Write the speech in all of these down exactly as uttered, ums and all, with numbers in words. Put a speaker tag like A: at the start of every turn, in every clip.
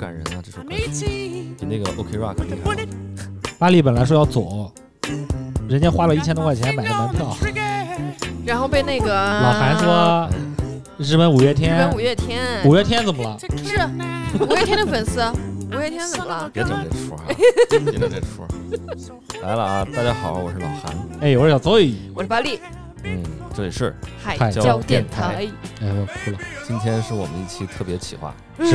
A: 感人啊！这首歌比那个 OK Rock 厉害。
B: 巴黎本来说要走，人家花了一千多块钱买的门票，
C: 然后被那个
B: 老韩说日本五月天，
C: 日本五月天，
B: 五月天怎么了？
C: 是五月天的粉丝，五月天怎么了？
A: 别整这出啊！别整这出。来了啊！大家好，我是老韩。
B: 哎，我是小邹，
C: 我是巴力。
A: 嗯，这里是
C: 海椒电台。
B: 哎，我哭了。
A: 今天是我们一期特别企划。
B: 是。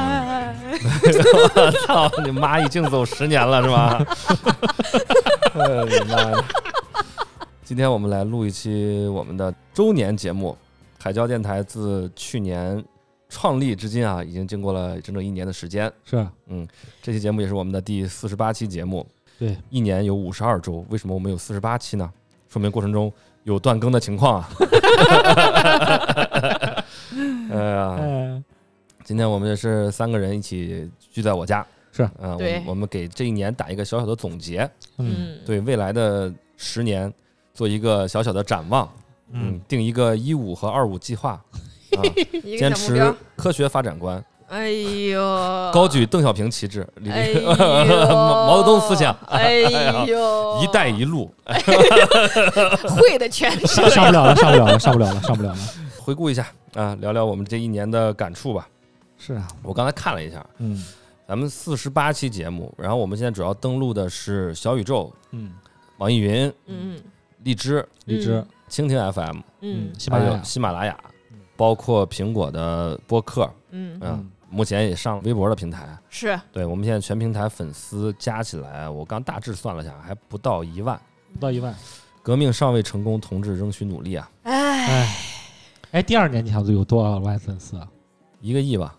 A: 我操！你妈已经走十年了是吧？哎你妈呀！今天我们来录一期我们的周年节目。海椒电台自去年创立至今啊，已经经过了整整一年的时间。
B: 是。
A: 嗯，这期节目也是我们的第四十八期节目。
B: 对，
A: 一年有五十二周，为什么我们有四十八期呢？说明过程中有断更的情况啊。哎呀，
B: 嗯，
A: 今天我们也是三个人一起聚在我家，
B: 是，
A: 嗯、呃，
C: 对，
A: 我们给这一年打一个小小的总结，
B: 嗯，
A: 对未来的十年做一个小小的展望，嗯，嗯定一个一五和二五计划，啊，坚持科学发展观。
C: 哎呦，
A: 高举邓小平旗帜，
C: 哎呦
A: 毛泽东思想，
C: 哎呦，
A: 一带一路，
C: 会的全是
B: 上不了了，上不了了，上不了了，上不了了。
A: 回顾一下啊，聊聊我们这一年的感触吧。
B: 是啊，
A: 我刚才看了一下，
B: 嗯，
A: 咱们四十八期节目，然后我们现在主要登录的是小宇宙，
B: 嗯，
A: 网易云，
C: 嗯，
A: 荔枝，
B: 荔枝，
A: 蜻蜓 F M，
C: 嗯，
A: 还有喜马拉雅，包括苹果的播客，
C: 嗯
A: 嗯。目前也上微博的平台，
C: 是
A: 对我们现在全平台粉丝加起来，我刚大致算了下，还不到一万，
B: 不到一万。
A: 革命尚未成功，同志仍需努力啊！
B: 哎，哎，第二年你想有多少万粉丝啊？
A: 一个亿吧，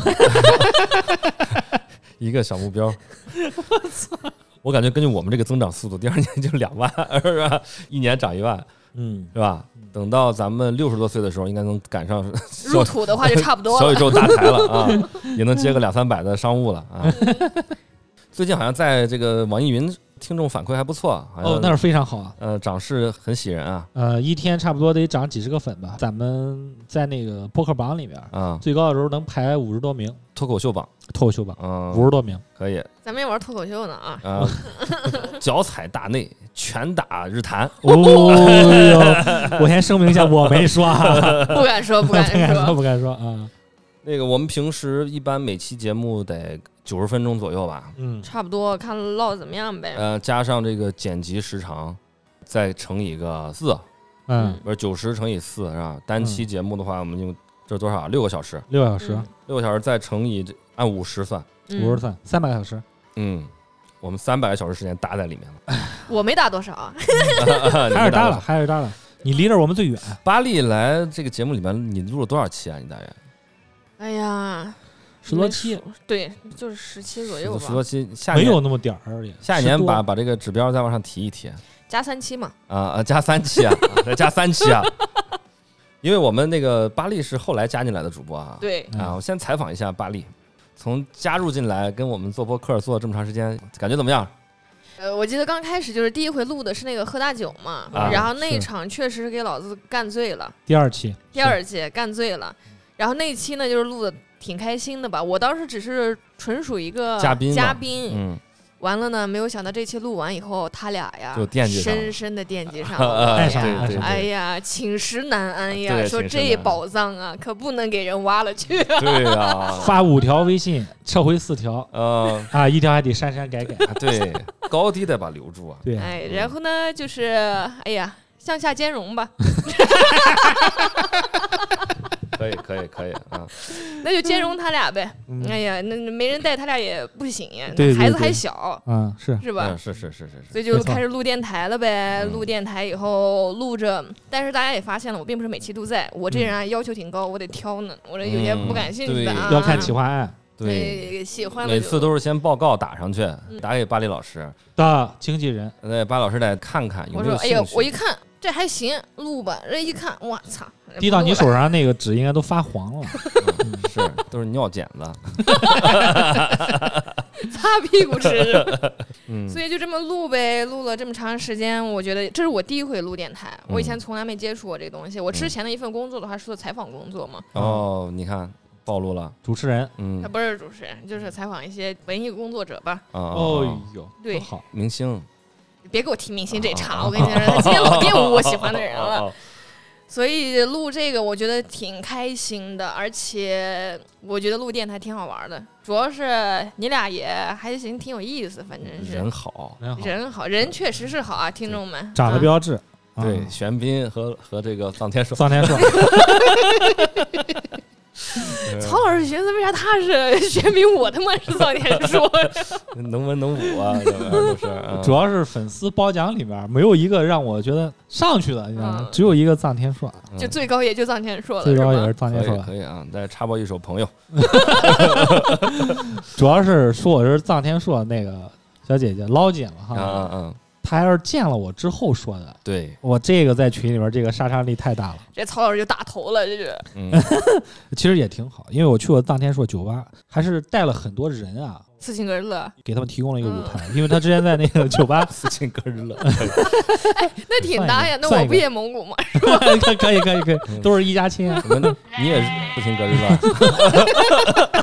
A: 一个小目标。
B: 我操！
A: 我感觉根据我们这个增长速度，第二年就两万，是吧？一年涨一万，
B: 嗯，
A: 是吧？等到咱们六十多岁的时候，应该能赶上
C: 入土的话就差不多了，
A: 小宇宙大台了啊，也能接个两三百的商务了啊。最近好像在这个网易云听众反馈还不错，
B: 哦，那是非常好啊。
A: 呃，涨势很喜人啊。
B: 呃，一天差不多得涨几十个粉吧。咱们在那个播客榜里面
A: 啊，
B: 最高的时候能排五十多名。
A: 脱口秀榜，
B: 脱口秀榜，
A: 嗯，
B: 五十多名，
A: 可以。
C: 咱们也玩脱口秀呢啊！
A: 啊，脚踩大内，拳打日坛。
B: 哦呦，我先声明一下，我没说，
C: 不敢说，不敢
B: 说，不敢说啊。
A: 那个，我们平时一般每期节目得九十分钟左右吧，
B: 嗯，
C: 差不多，看唠怎么样呗。
A: 呃，加上这个剪辑时长，再乘以个四，
B: 嗯，
A: 不是九十乘以四是吧？单期节目的话，我们就这多少？六个小时，
B: 六个小时，
A: 六个小时再乘以按五十算，
B: 五十算，三百个小时。
A: 嗯，我们三百个小时时间搭在里面了。
C: 我没打多少啊，
B: 还是搭了，还是搭了。你离着我们最远。
A: 巴力来这个节目里面，你录了多少期啊？你大约？
C: 哎呀，
B: 十多期，
C: 对，就是十期左右吧。
A: 十多期，下年
B: 没有那么点儿。
A: 下一年把把这个指标再往上提一提，
C: 加三期嘛。
A: 啊啊，加三期啊，再加三期啊。因为我们那个巴力是后来加进来的主播啊。
C: 对
A: 啊，我先采访一下巴力，从加入进来跟我们做播客做了这么长时间，感觉怎么样？
C: 呃，我记得刚开始就是第一回录的是那个喝大酒嘛，
A: 啊、
C: 然后那一场确实是给老子干醉了。
B: 第二期，
C: 第二期干醉了。然后那一期呢，就是录的挺开心的吧。我当时只是纯属一个
A: 嘉宾，
C: 嘉宾，
A: 嗯，
C: 完了呢，没有想到这期录完以后，他俩呀，
A: 就惦记上了，
C: 深深的惦记上了，
B: 爱上了，
C: 哎呀，寝食难安呀，说这宝藏啊，可不能给人挖了去。
A: 对呀，
B: 发五条微信，撤回四条，
A: 呃
B: 啊，一条还得删删改改，
A: 对，高低得把留住啊。
B: 对，
C: 哎，然后呢，就是哎呀，向下兼容吧。
A: 可以可以可以啊，
C: 那就兼容他俩呗。
B: 嗯、
C: 哎呀，那没人带他俩也不行呀，
B: 对对对，
C: 孩子还小，
B: 嗯，是
C: 是吧？
A: 嗯、是是是是是。
C: 所以就开始录电台了呗。录电台以后录着，但是大家也发现了，我并不是每期都在。我这人啊要求挺高，我得挑呢。我这有些不感兴趣的啊，
B: 要看企划案。
A: 对，
C: 喜欢
A: 每次都是先报告打上去，打给巴力老师
B: 的经纪人，
A: 对，巴老师得看看有没有兴趣。
C: 我说，哎呦，我一看这还行，录吧。这一看，我操！
B: 滴到你手上那个纸应该都发黄了，
A: 嗯、是都是尿碱子，
C: 擦屁股吃。
A: 嗯，
C: 所以就这么录呗，录了这么长时间，我觉得这是我第一回录电台，我以前从来没接触过这东西。我之前的一份工作的话是做采访工作嘛。
A: 哦，你看。 暴露了，
B: 主持人，
A: 嗯
C: 他，不是主持人，就是采访一些文艺工作者吧。
A: 哦
B: 哦呦，
C: 对，
B: 好，
A: 明星，
C: 别给我提明星这茬，
A: 哦
C: 我跟你讲，他今天老玷污我喜欢的人了。
A: 哦
C: 所以录这个我觉得挺开心的，而且我觉得录电台挺好玩的，主要是你俩也还行，挺有意思，反正是
A: 人好，
B: 人好，
C: 人好，人确实是好啊，听众们
B: 长得
C: 啊
B: 标致，
A: 对，
B: 啊
A: 玄彬和和这个臧天朔，
B: 臧天朔，
C: 曹老师寻思为啥他是玄彬，我他妈是臧天朔？
A: 能文能武啊，这玩意儿都是。嗯
B: 主要是粉丝褒奖里面没有一个让我觉得上去的，你知道吗
C: 嗯？
B: 只有一个臧天朔，
A: 嗯
C: 就最高也就臧天朔了，
B: 最高也是
C: 是
B: 臧天朔。
A: 可以可以啊，再插播一首《朋友》。
B: 主要是说我是臧天朔那个小姐姐捞姐嘛
A: 嗯
B: 哈，
A: 嗯嗯，
B: 她还是见了我之后说的。
A: 对，
B: 我这个在群里边这个杀伤力太大了，
C: 这曹老师就打头了，这是。
A: 嗯，
B: 其实也挺好，因为我去过臧天朔酒吧，还是带了很多人啊，
C: 斯琴格日乐，
B: 给他们提供了一个舞台，因为他之前在那个酒吧
A: 斯琴格日乐，
C: 那挺大呀，那
B: 算一个
C: 我不也蒙古吗？
B: 可以可以可以，都是一家亲啊。
A: 我们你也是斯琴格日乐，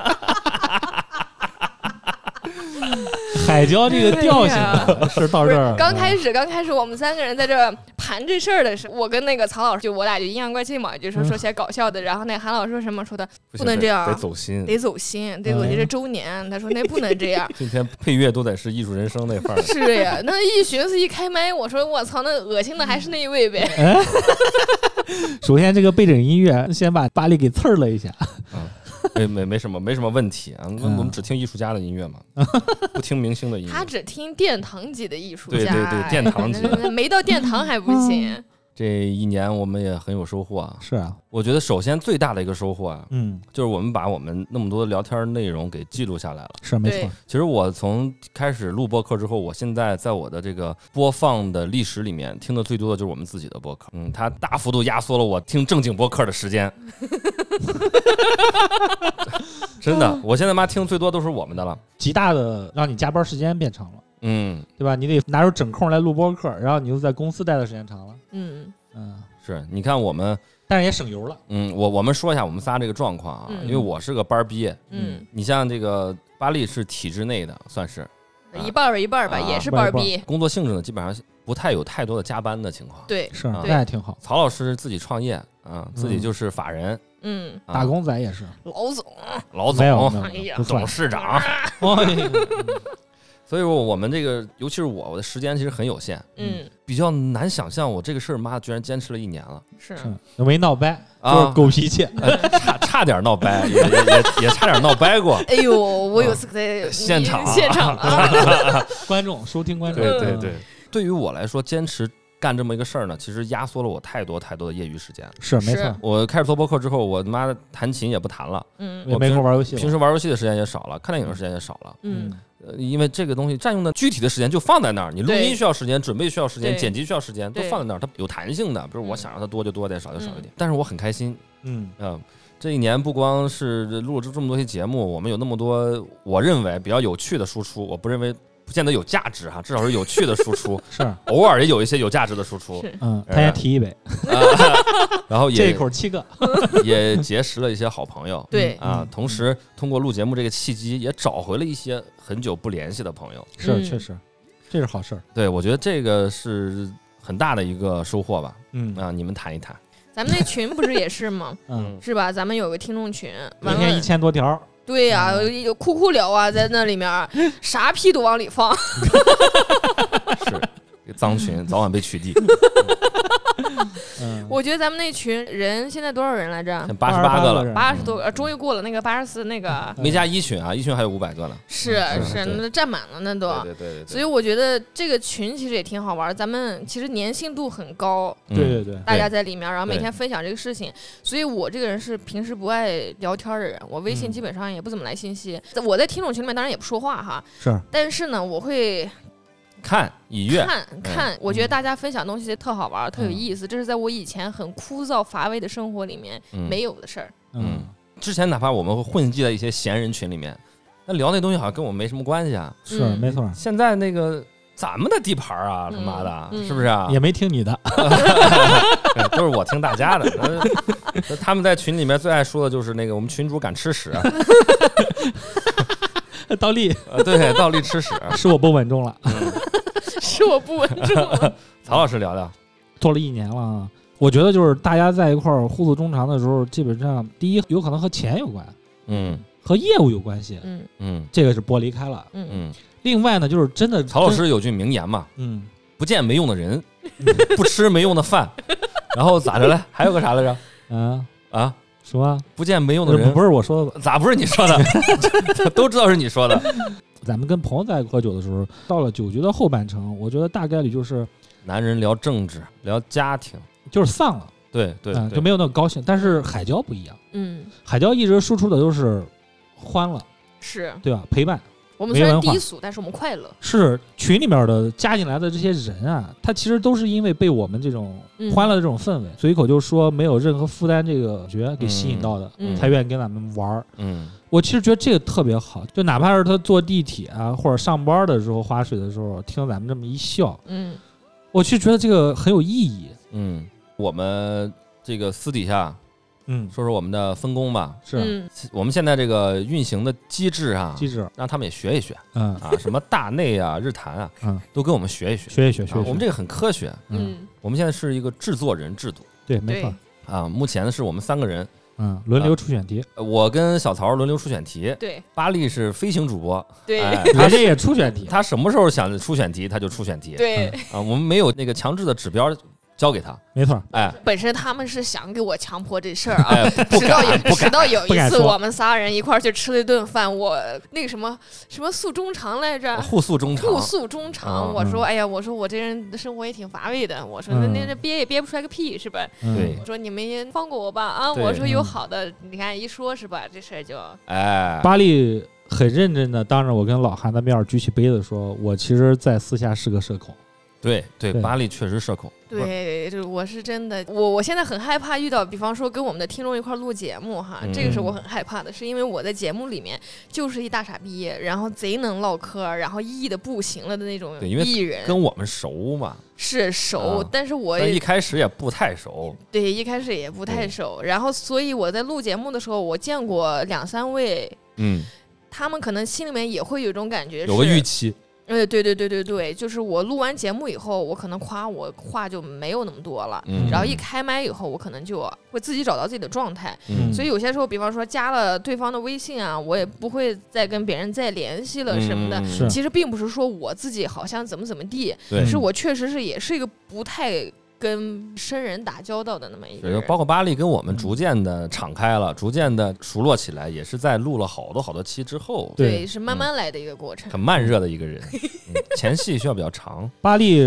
B: 海椒这个调性
C: 哎
B: 啊是到这儿。
C: 刚开始，刚开始我们三个人在这盘这事儿的时候，我跟那个曹老师，就我俩就阴阳怪气嘛，就说说些搞笑的。然后那韩老师说什么？说的不能这样
A: 得走心。
C: 得走心，得走心，这周年，他说那不能这样。
A: 今天配乐都得是艺术人生那范儿。
C: 是呀，那一寻思一开麦，我说我操，那恶心的还是那一位呗。
B: 哎，首先这个背景音乐先把巴黎给刺儿了一下。
A: 嗯，没没没什么没什么问题啊，我们只听艺术家的音乐嘛，不听明星的音乐。
C: 他只听殿堂级的艺术家，
A: 对对对殿堂级
C: 哎没到殿堂还不行。
A: 这一年我们也很有收获啊。
B: 是啊，
A: 我觉得首先最大的一个收获啊，
B: 嗯，
A: 就是我们把我们那么多的聊天内容给记录下来了。
B: 是没错
C: 对。
A: 其实我从开始录播客之后，我现在在我的这个播放的历史里面听的最多的就是我们自己的播客。嗯，它大幅度压缩了我听正经播客的时间。真的，我现在妈听最多都是我们的了。
B: 极大的让你加班时间变长了，
A: 嗯，
B: 对吧？你得拿出整空来录播客，然后你又在公司待的时间长了，
C: 嗯
B: 嗯，
A: 是你看我们，
B: 但是也省油了。
A: 嗯，我我们说一下我们仨这个状况啊，
C: 嗯
A: 因为我是个班儿毕业，
C: 嗯，
A: 你像这个巴力是体制内的，算是
C: 一半儿吧一半儿吧，
A: 啊
C: 也是班儿逼。
A: 工作性质呢，基本上不太有太多的加班的情况。
C: 对，
B: 是，
A: 啊
B: 那也挺好。
A: 曹老师自己创业啊，自己就是法人，
C: 嗯，
A: 啊
B: 打工仔也是，
C: 老总，
A: 老
B: 没有
A: 总、
C: 哎呀
B: 不算
A: 董。事长，
B: 哎
A: 所以说我们这个，尤其是我，我的时间其实很有限，
C: 嗯，
A: 比较难想象我这个事儿，妈居然坚持了一年了
C: 是
B: 是没闹掰，
A: 啊
B: 就是狗脾气。
A: 呃差差点闹掰，也也也也差点闹掰过。
C: 哎呦，我有次在
A: 现场啊
C: 现场啊，
B: 观众收听观众，
A: 对对对，对于我来说，坚持干这么一个事儿呢，其实压缩了我太多太多的业余时间。
B: 是没错
C: 是，
A: 我开始做播客之后，我他妈弹琴也不弹了，
C: 嗯
B: 也没空玩游戏了。
A: 平时玩游戏的时间也少了，看电影的时间也少了。
C: 嗯，
A: 呃，因为这个东西占用的具体的时间就放在那儿，你录
C: 对
A: 音需要时间，准备需要时间，
C: 对
A: 剪辑需要时间，都
C: 对
A: 放在那儿，它有弹性的。比如我
C: 嗯
A: 想让它多就多点，少就少一点。但是我很开心，
B: 嗯，
A: 嗯，这一年不光是录了这这么多期节目，我们有那么多我认为比较有趣的输出，我不认为不见得有价值哈，至少是有趣的输出，
B: 是，
A: 偶尔也有一些有价值的输出。
C: 是
B: 嗯，他先提一杯，
A: 啊然后
B: 这一
A: 也
B: 口七个。
A: 也结识了一些好朋友。
C: 对，
A: 啊
B: 嗯，
A: 同时通过录节目这个契机，也找回了一些很久不联系的朋友。
C: 嗯
B: 是确实，这是好事儿。
A: 对，我觉得这个是很大的一个收获吧。
B: 嗯
A: 啊，你们谈一谈。
C: 咱们那群不是也是吗？
B: 嗯，
C: 是吧？咱们有个听众群，完了
B: 一天一千多条，
C: 对呀、
B: 嗯
C: 有哭哭聊啊，在那里面啥屁都往里放。
A: 是这个脏群早晚被取缔。
B: 嗯，
C: 我觉得咱们那群人现在多少人来着？
A: 八十八个了，
B: 人
C: 八十多个，呃终于过了那个八十四那个，
A: 没加一群啊，一群还有五百个呢。
C: 是是，
A: 嗯对
C: 那占满了那都。
A: 对对对对对。
C: 所以我觉得这个群其实也挺好玩，咱们其实粘性度很高，
A: 嗯
B: 对对对，
C: 大家在里面，然后每
A: 对
C: 天分享这个事情。所以我这个人是平时不爱聊天的人，我微信
B: 嗯
C: 基本上也不怎么来信息。我在听众群里面当然也不说话哈，
B: 是
C: 但是呢，我会
A: 看以阅，
C: 看看，我觉得大家分享东西特好玩，特有
B: 嗯
C: 意思，这是在我以前很枯燥乏味的生活里面
A: 嗯
C: 没有的事儿。
B: 嗯，
A: 之前哪怕我们会混迹在一些闲人群里面，那聊那东西好像跟我没什么关系啊。
B: 是
C: 嗯
B: 没错，
A: 现在那个咱们的地盘啊，他妈的，
C: 嗯
A: 是不是啊？
B: 也没听你的，
A: 都是我听大家的。他们在群里面最爱说的就是那个我们群主敢吃屎，
B: 倒立，
A: 呃，对，倒立吃屎，
B: 是我不稳重了，
A: 嗯、
C: 是我不稳重了。
A: 曹老师聊聊，
B: 做了一年了啊，我觉得就是大家在一块儿互诉衷肠的时候，基本上第一有可能和钱有关，
A: 嗯，
B: 和业务有关系，
C: 嗯
B: 嗯，这个是剥离开了，
C: 嗯
A: 嗯。
B: 另外呢，就是真的，
A: 曹老师有句名言嘛，
B: 嗯，
A: 不见没用的人，不吃没用的饭，然后咋着嘞？还有个啥来着？
B: 啊
A: 啊，
B: 什么？
A: 不见没用的人，
B: 不是我说的，
A: 咋不是你说的？都知道是你说的。
B: 咱们跟朋友在喝酒的时候，到了酒局的后半程，我觉得大概率就是
A: 男人聊政治，聊家庭，
B: 就是丧了，
A: 对对、
B: 嗯，
A: 对，
B: 就没有那么高兴。但是海椒不一样，
C: 嗯，
B: 海椒一直输出的都是欢乐，
C: 是
B: 对吧？陪伴。
C: 我们虽然低俗，但是我们快乐。
B: 是群里面的加进来的这些人啊，他其实都是因为被我们这种欢乐的这种氛围，随、嗯、口就说没有任何负担这个觉给吸引到的，
C: 嗯、
B: 才愿意跟咱们玩儿。
A: 嗯，
B: 我其实觉得这个特别好，就哪怕是他坐地铁啊或者上班的时候划水的时候，听咱们这么一笑，
C: 嗯，
B: 我其实觉得这个很有意义。
A: 嗯，我们这个私底下。
B: 嗯，
A: 说说我们的分工吧。
B: 是、
C: 嗯、
A: 我们现在这个运行的机制啊，
B: 机制
A: 让他们也学一学。
B: 嗯
A: 啊，什么大内啊、日坛啊，
B: 嗯，
A: 都跟我们学一学，
B: 学一学，学一学。
A: 啊、我们这个很科学。
C: 嗯，
A: 我们现在是一个制作人制度。
B: 对，没错。
A: 啊，目前是我们三个人，
B: 嗯，轮流出选题。
A: 啊、我跟小曹轮流出选题。
C: 对，
A: 巴力是飞行主播。
C: 对，
A: 哎、
B: 他这也出选题。
A: 他什么时候想出选题，他就出选题。
C: 对。
A: 啊，我们没有那个强制的指标。交给他，
B: 没错。
A: 哎，
C: 本身他们是想给我强迫这事儿啊，
A: 哎、
C: 直到有直到有一次我们仨人一块儿去吃了一顿饭，我那个什么什么诉衷肠来着，
A: 互诉衷肠，
C: 互诉衷肠。
A: 嗯、
C: 我说，哎呀，我说我这人的生活也挺乏味的，我说那那这憋也憋不出来个屁是吧？
A: 对，
C: 我说你们也放过我吧啊！我说有好的，你看一说是吧，这事儿就
A: 哎，
B: 巴力很认真的当着我跟老韩的面举起杯子说，我其实在私下是个社恐。
A: 对对，巴力确实社恐。
C: 对，就我是真的，我我现在很害怕遇到，比方说跟我们的听众一块录节目哈，
A: 嗯、
C: 这个是我很害怕的，是因为我在节目里面就是一大傻逼，然后贼能唠嗑，然后艺的不行了的那种艺人，
A: 跟我们熟嘛，
C: 是熟，
A: 啊、
C: 但是我
A: 但一开始也不太熟，
C: 对，一开始也不太熟，然后所以我在录节目的时候，我见过两三位，
A: 嗯，
C: 他们可能心里面也会有一种感觉，
A: 有个预期。
C: 呃，对对对对对，就是我录完节目以后，我可能夸我话就没有那么多了，
A: 嗯、
C: 然后一开麦以后，我可能就会自己找到自己的状态，
A: 嗯、
C: 所以有些时候，比方说加了对方的微信啊，我也不会再跟别人再联系了什么的。
A: 嗯、
C: 其实并不是说我自己好像怎么怎么地，是我确实是也是一个不太跟生人打交道的那么一个人，
A: 包括巴力跟我们逐渐的敞开了，逐渐的熟络起来，也是在录了好多好多期之后，
C: 对，对是慢慢来的一个过程，
A: 很慢热的一个人，嗯、前戏需要比较长。
B: 巴力，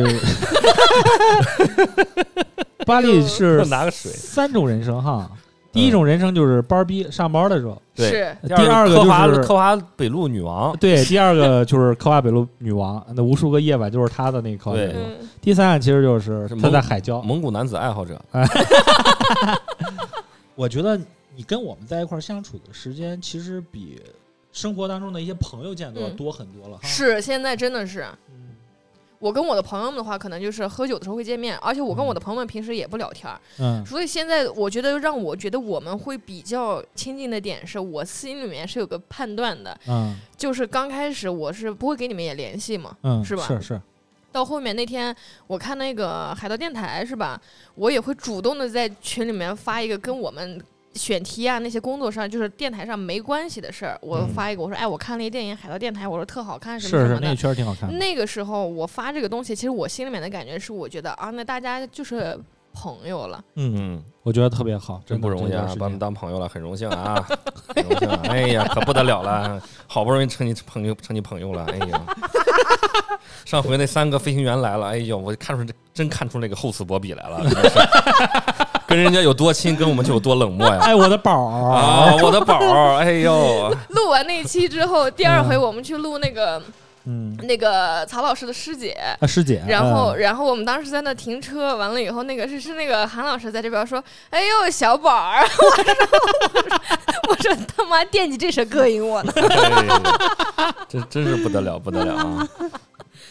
B: 巴力是
A: 拿个水，
B: 三种人生哈。第一种人生就是班逼上班的时候，
A: 对；
C: 是
B: 第二个就是
A: 科华北路女王，
B: 对；第二个就是科华北路女王，那无数个夜晚就是她的那个科华北路。第三个其实就是她在海椒，
A: 蒙古男子爱好者。
B: 我觉得你跟我们在一块相处的时间，其实比生活当中的一些朋友见都要多很多了。
C: 嗯、是，现在真的是。我跟我的朋友们的话，可能就是喝酒的时候会见面，而且我跟我的朋友们平时也不聊天，
B: 嗯，
C: 所以现在我觉得让我觉得我们会比较亲近的点是，我心里面是有个判断的，
B: 嗯，
C: 就是刚开始我是不会给你们也联系嘛，
B: 嗯，
C: 是吧？
B: 是是。
C: 到后面那天我看那个海盗电台是吧，我也会主动的在群里面发一个跟我们选题啊那些工作上就是电台上没关系的事儿，我发一个我说哎我看了一电影《海盗电台》，我说特好看什么什么的，
B: 是是那确实挺好看的。
C: 那个时候我发这个东西，其实我心里面的感觉是，我觉得啊，那大家就是朋友了。
B: 嗯嗯，我觉得特别好，
A: 真不容易啊，把我们当朋友了，很荣幸啊，很荣幸啊！哎呀，可不得了了，好不容易成你朋友，成你朋友了，哎呀！上回那三个飞行员来了，哎呦，我看出真看出那个厚此薄彼来了，真的是。跟人家有多亲，跟我们就有多冷漠呀！
B: 哎，我的宝
A: 啊，我的宝，哎呦！
C: 录完那期之后，第二回我们去录那个，
B: 嗯，
C: 那个曹老师的师姐，
B: 啊，师姐。
C: 然后，
B: 嗯、
C: 然后我们当时在那停车，完了以后，那个是是那个韩老师在这边说：“哎呦，小宝儿！”我说：“我说，我说他妈惦记这事膈应我呢。
A: 哎”这真是不得了，不得了啊！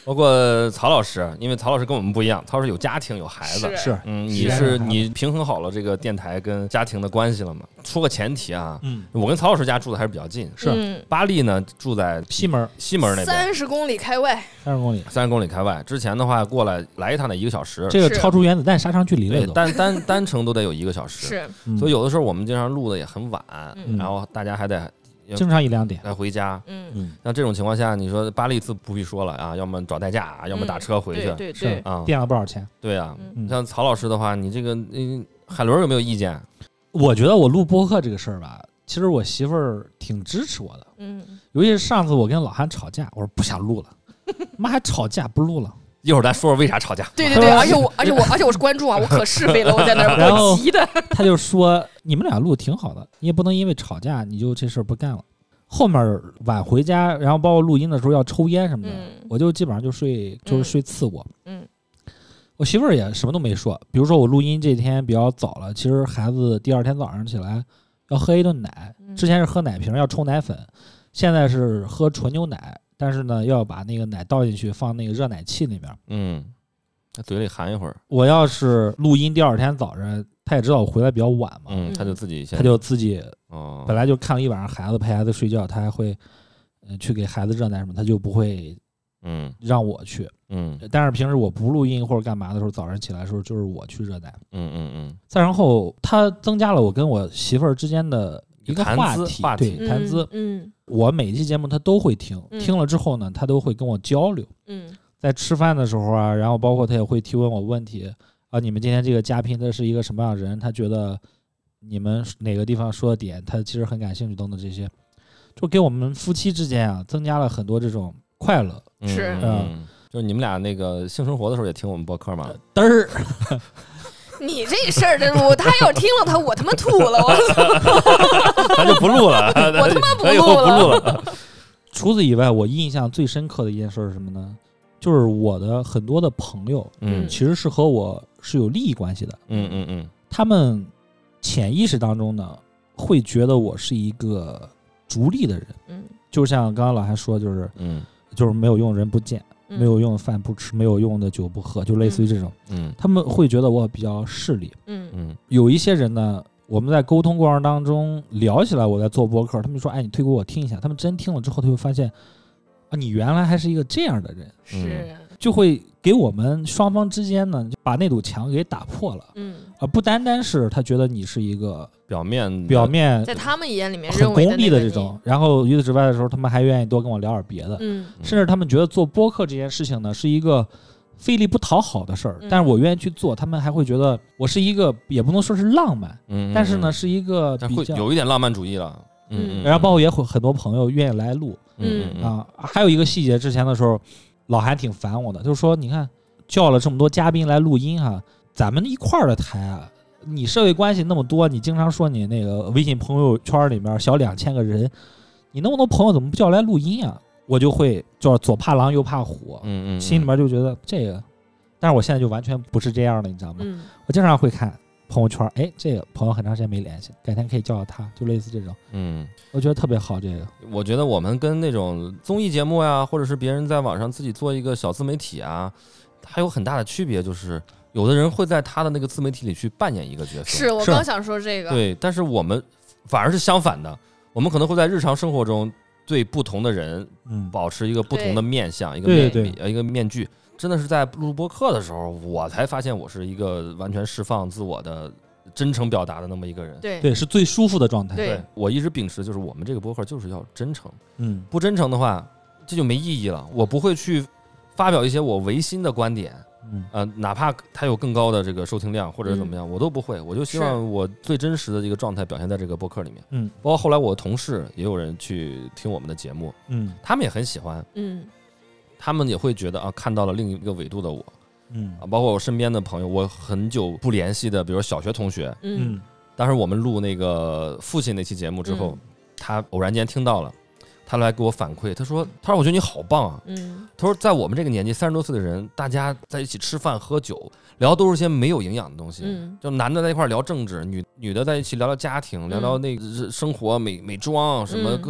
A: 包括曹老师，因为曹老师跟我们不一样，曹老师有家庭有孩子，
B: 是，
A: 嗯，你是你平衡好了这个电台跟家庭的关系了嘛？说个前提啊，嗯，我跟曹老师家住的还是比较近，
B: 是，
C: 嗯、
A: 巴力呢住在
B: 西门，
A: 西门那边，
C: 三十公里开外，
B: 三十公里，
A: 三十公里开外。之前的话过来来一趟得一个小时，
B: 这个超出原子弹杀伤距离了都，
A: 单单单程都得有一个小时，
C: 是，
B: 嗯、
A: 所以有的时候我们经常录的也很晚，
C: 嗯、
A: 然后大家还得。
B: 经常一两点
A: 再回家，
C: 嗯
A: 嗯，那这种情况下，你说巴力自不必说了啊，要么找代驾，要么打车回去，
C: 嗯、对对
A: 啊，
B: 垫了不少钱。
A: 对啊，嗯、像曹老师的话，你这个嗯，海伦有没有意见？
B: 我觉得我录播客这个事儿吧，其实我媳妇儿挺支持我的，
C: 嗯，
B: 尤其是上次我跟老韩吵架，我说不想录了，妈还吵架不录了。
A: 一会儿咱说说为啥吵架。
C: 对对对，而且我而且我而且我是观众啊，我可是非了，我在那儿我急的。
B: 他就说你们俩录挺好的，你也不能因为吵架你就这事儿不干了。后面晚回家，然后包括录音的时候要抽烟什么的，
C: 嗯、
B: 我就基本上就睡，就是睡次卧。
C: 嗯，
B: 我媳妇儿也什么都没说。比如说我录音这天比较早了，其实孩子第二天早上起来要喝一顿奶，之前是喝奶瓶要冲奶粉，现在是喝纯牛奶，但是呢要把那个奶倒进去放那个热奶器里面。
A: 嗯，在嘴里含一会儿。
B: 我要是录音第二天早上，他也知道我回来比较晚嘛，
A: 嗯，他就自己先，
B: 他就自己。
A: 哦，
B: 本来就看了一晚上孩子，陪孩子睡觉，他还会，嗯、呃，去给孩子热奶什么，他就不会，
A: 嗯，
B: 让我去，
A: 嗯。
B: 但是平时我不录音或者干嘛的时候，早上起来的时候就是我去热奶，
A: 嗯嗯嗯。
B: 再然后，他增加了我跟我媳妇儿之间的一个话题，
A: 话题
B: 对，谈资。
C: 嗯，
B: 我每期节目他都会听，
C: 嗯、
B: 听了之后呢，他都会跟我交流。
C: 嗯，
B: 在吃饭的时候啊，然后包括他也会提问我问题啊，你们今天这个嘉宾他是一个什么样的人？他觉得。你们哪个地方说的点，他其实很感兴趣，等等这些，就给我们夫妻之间啊增加了很多这种快乐。
C: 是，
A: 嗯，就是你们俩那个性生活的时候也听我们播客吗？
B: 嘚儿，
C: 你这事儿的，我他要听了他，我他妈吐了，我
A: 操，咱就不录了，
C: 我他妈不
A: 录了，不录了。
B: 除此以外，我印象最深刻的一件事是什么呢？就是我的很多的朋友，
A: 嗯，
B: 其实是和我是有利益关系的，
A: 嗯嗯嗯，
B: 他们。潜意识当中呢，会觉得我是一个逐利的人，
C: 嗯，
B: 就像刚刚老韩说，就是，
A: 嗯，
B: 就是没有用人不见，
C: 嗯、
B: 没有用的饭不吃，没有用的酒不喝，就类似于这种，
A: 嗯，
B: 他们会觉得我比较势利，
C: 嗯
A: 嗯，
B: 有一些人呢，我们在沟通过程当中聊起来，我在做播客，他们说，哎，你推给我听一下，他们真听了之后，他会发现，啊，你原来还是一个这样的人，
C: 是，
B: 就会给我们双方之间呢，就把那堵墙给打破了，
C: 嗯。
B: 而不单单是他觉得你是一个
A: 表面
B: 表面
C: 在他们眼里面
B: 很功利
C: 的
B: 这种，然后除此之外的时候，他们还愿意多跟我聊点别的，
C: 嗯，
B: 甚至他们觉得做播客这件事情呢是一个费力不讨好的事儿，
C: 嗯、
B: 但是我愿意去做，他们还会觉得我是一个也不能说是浪漫，
A: 嗯，
B: 但是呢是一个比较
A: 会有一点浪漫主义了，嗯，
B: 然后包括也会很多朋友愿意来录，
A: 嗯嗯
B: 啊，还有一个细节，之前的时候老韩挺烦我的，就是说你看叫了这么多嘉宾来录音哈、啊，咱们一块儿的台啊。你社会关系那么多，你经常说你那个微信朋友圈里面小两千个人，你那么多朋友怎么不叫来录音啊？我就会叫左怕狼右怕虎，
A: 嗯嗯，
B: 心里面就觉得这个，但是我现在就完全不是这样的，你知道吗？
C: 嗯，
B: 我经常会看朋友圈，哎，这个朋友很长时间没联系，改天可以叫叫他，就类似这种，
A: 嗯，
B: 我觉得特别好。这个，
A: 我觉得我们跟那种综艺节目呀，或者是别人在网上自己做一个小自媒体啊，还有很大的区别，就是。有的人会在他的那个自媒体里去扮演一个角色，
C: 是我刚想说这个，
A: 对，但是我们反而是相反的，我们可能会在日常生活中对不同的人，嗯，保持一个不同的面相，一个面，
B: 对对，
A: 一个面具。真的是在录播客的时候，我才发现我是一个完全释放自我的、真诚表达的那么一个人。
C: 对
B: 对，是最舒服的状态。
C: 对，
A: 我一直秉持就是我们这个播客就是要真诚，
B: 嗯，
A: 不真诚的话，这就没意义了。我不会去发表一些我违心的观点。
B: 嗯
A: 呃，哪怕它有更高的这个收听量或者怎么样，嗯、我都不会。我就希望我最真实的这个状态表现在这个播客里面。
B: 嗯，
A: 包括后来我的同事也有人去听我们的节目，
B: 嗯，
A: 他们也很喜欢，
C: 嗯，
A: 他们也会觉得啊，看到了另一个维度的我，
B: 嗯
A: 啊，包括我身边的朋友，我很久不联系的，比如小学同学，
C: 嗯，
A: 当时我们录那个父亲那期节目之后，嗯、他偶然间听到了。他来给我反馈，他说：“他说我觉得你好棒啊，
C: 嗯，
A: 他说在我们这个年纪三十多岁的人，大家在一起吃饭喝酒，聊都是些没有营养的东西，
C: 嗯，
A: 就男的在一块聊政治，女女的在一起聊聊家庭，聊聊那个生活美美妆什么各种，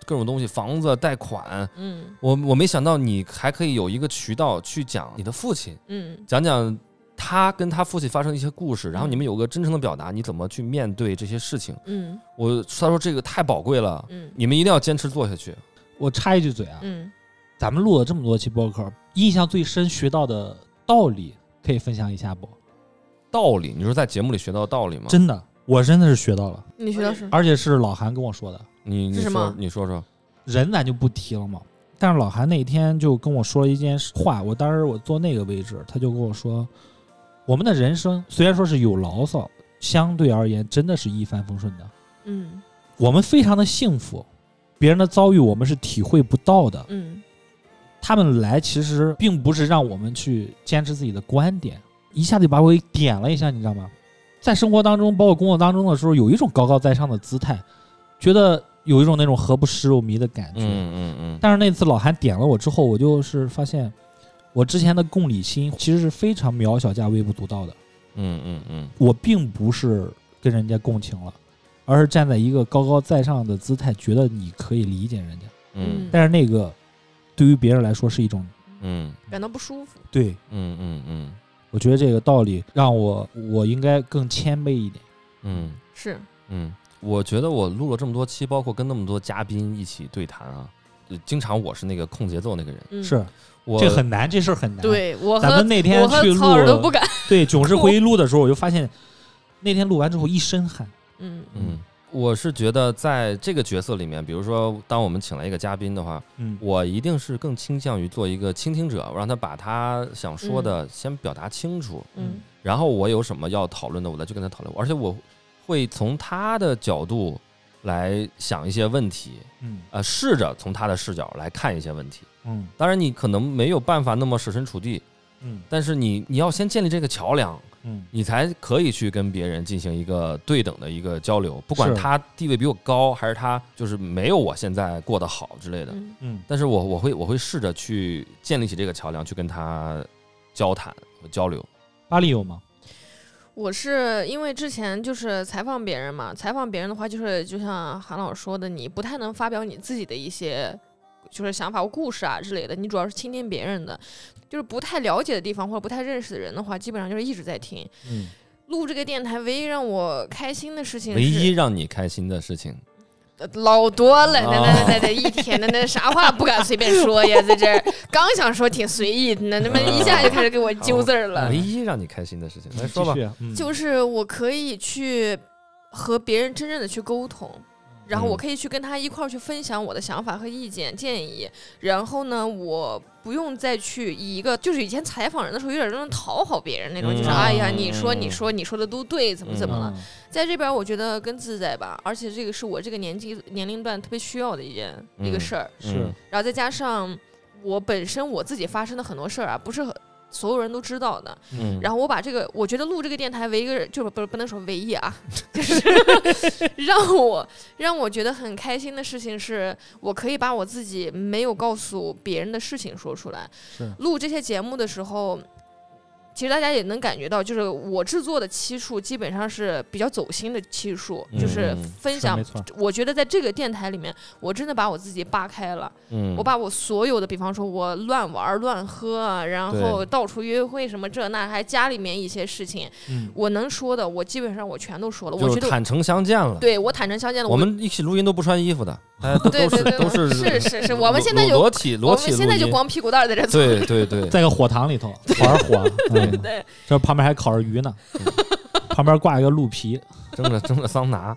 A: 各种东西，房子、贷款，
C: 嗯，
A: 我我没想到你还可以有一个渠道去讲你的父亲，
C: 嗯，
A: 讲讲他跟他父亲发生的一些故事，然后你们有个真诚的表达，你怎么去面对这些事情？
C: 嗯，
A: 我他说这个太宝贵了，
C: 嗯，
A: 你们一定要坚持做下去。
B: 我插一句嘴啊，
C: 嗯，
B: 咱们录了这么多期播客，印象最深学到的道理可以分享一下不？
A: 道理，你说在节目里学到的道理吗？
B: 真的，我真的是学到了，
C: 你学到是？
B: 而且是老韩跟我说的。
A: 你你说
C: 是什么
A: 你说说，
B: 人咱就不提了嘛。但是老韩那天就跟我说了一件话，我当时我坐那个位置，他就跟我说，我们的人生虽然说是有牢骚，相对而言真的是一帆风顺的。
C: 嗯，
B: 我们非常的幸福，别人的遭遇我们是体会不到的。
C: 嗯，
B: 他们来其实并不是让我们去坚持自己的观点，一下子把我给点了一下，你知道吗？在生活当中，包括工作当中的时候，有一种高高在上的姿态，觉得有一种那种何不食肉糜的感觉。
A: 嗯嗯嗯。
B: 但是那次老韩点了我之后，我就是发现，我之前的共理心其实是非常渺小加微不足道的。
A: 嗯嗯嗯，
B: 我并不是跟人家共情了，而是站在一个高高在上的姿态，觉得你可以理解人家。
A: 嗯
B: 但是那个对于别人来说是一种
A: 嗯
C: 感到不舒服。
B: 对。
A: 嗯嗯嗯
B: 我觉得这个道理让我我应该更谦卑一点。
A: 嗯
C: 是，
A: 嗯，我觉得我录了这么多期，包括跟那么多嘉宾一起对谈啊，就经常我是那个控节奏那个人，
C: 嗯，
B: 是
A: 我
B: 这很难，这事儿很难。，
C: 对我和
B: 咱们那天
C: 我和
B: 去
C: 曹儿都
B: 录
C: 不敢。
B: 对囧事回忆录的时候，我就发现那天录完之后一身汗。
C: 嗯
A: 嗯，我是觉得在这个角色里面，比如说当我们请来一个嘉宾的话，
B: 嗯，
A: 我一定是更倾向于做一个倾听者，我让他把他想说的先表达清楚，
C: 嗯
A: 然后我有什么要讨论的，我再去跟他讨论，而且我会从他的角度来想一些问题，
B: 嗯
A: 呃，试着从他的视角来看一些问题。
B: 嗯
A: 当然，你可能没有办法那么设身处地，
B: 嗯
A: 但是你你要先建立这个桥梁，
B: 嗯
A: 你才可以去跟别人进行一个对等的一个交流，不管
B: 是
A: 他地位比我高，还是他就是没有我现在过得好之类的。
C: 嗯
B: 嗯
A: 但是我我会我会试着去建立起这个桥梁，去跟他交谈和交流。
B: 巴黎有吗？
C: 我是因为之前就是采访别人嘛，采访别人的话，就是就像韩老师说的，你不太能发表你自己的一些就是想法或故事啊之类的，你主要是倾听别人的，就是不太了解的地方或者不太认识的人的话，基本上就是一直在听。
B: 嗯，
C: 录这个电台，唯一让我开心的事情是，
A: 唯一让你开心的事情，
C: 老多了，那
A: 哦
C: 那那那一天的那啥话不敢随便说呀，在这儿刚想说挺随意的，那么一下就开始给我揪字儿了。
A: 唯一让你开心的事情，来说吧
B: 继。续。嗯
C: 就是我可以去和别人真正的去沟通，然后我可以去跟他一块儿去分享我的想法和意见建议，然后呢，我不用再去以一个就是以前采访人的时候有点那种讨好别人那种，
A: 嗯
C: 就是哎呀，你说你说你说的都对，怎么怎么了，
B: 嗯
C: 在这边我觉得更自在吧，而且这个是我这个年纪年龄段特别需要的一件、
A: 嗯
C: 一个事儿，
B: 是
A: 嗯
C: 然后再加上我本身我自己发生的很多事儿啊，不是很所有人都知道的。
A: 嗯，
C: 然后我把这个，我觉得录这个电台唯一一个就是不是不能说唯一啊，就是让我让我觉得很开心的事情是，我可以把我自己没有告诉别人的事情说出来。
B: 是
C: 录这些节目的时候。其实大家也能感觉到，就是我制作的期数基本上是比较走心的期数，
A: 嗯
C: 就是分享
B: 是没错。
C: 我觉得在这个电台里面，我真的把我自己扒开了。
A: 嗯，
C: 我把我所有的，比方说我乱玩乱喝，然后
A: 对
C: 到处约会什么这那，还家里面一些事情，
B: 嗯
C: 我能说的，我基本上我全都说了。我
A: 就是
C: 觉得
A: 坦诚相见了。
C: 对我坦诚相见了。
A: 我们一起录音都不穿衣服的，大家都都是
C: 对对对
A: 都是
C: 是是是，我们现在就
A: 裸体
C: 我
A: 裸体录
C: 们现在就
A: 音。
C: 光屁股蛋儿在这做。
A: 对对对，
B: 在个火塘里头玩火，
A: 对
B: 嗯
C: 对，
B: 这旁边还烤着鱼呢，旁边挂一个鹿皮。
A: 蒸着蒸着桑拿。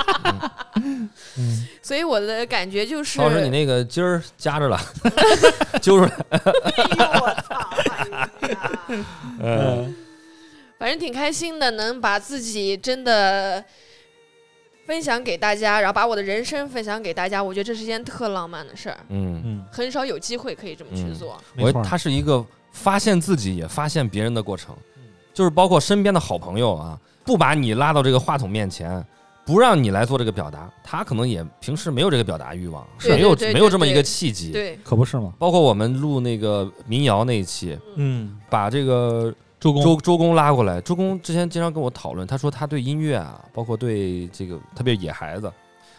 B: 嗯，
C: 所以我的感觉就是，
A: 老师，你那个筋儿夹着了，揪出来。
C: 哎呦我操！
A: 嗯
C: 反正挺开心的，能把自己真的分享给大家，然后把我的人生分享给大家，我觉得这是件特浪漫的事儿，
A: 嗯，
B: 嗯，
C: 很少有机会可以这么去做。
B: 没错
A: 我它是一个发现自己也发现别人的过程，就是包括身边的好朋友啊，不把你拉到这个话筒面前，不让你来做这个表达，他可能也平时没有这个表达欲望，
C: 对
A: 没有
C: 对对
A: 没有这么一个
C: 对
A: 契机。
C: 对，
B: 可不是吗？
A: 包括我们录那个民谣那一期，
B: 嗯，
A: 把这个
B: 周公
A: 周周公拉过来，周公之前经常跟我讨论，他说他对音乐啊，包括对这个特别野孩子，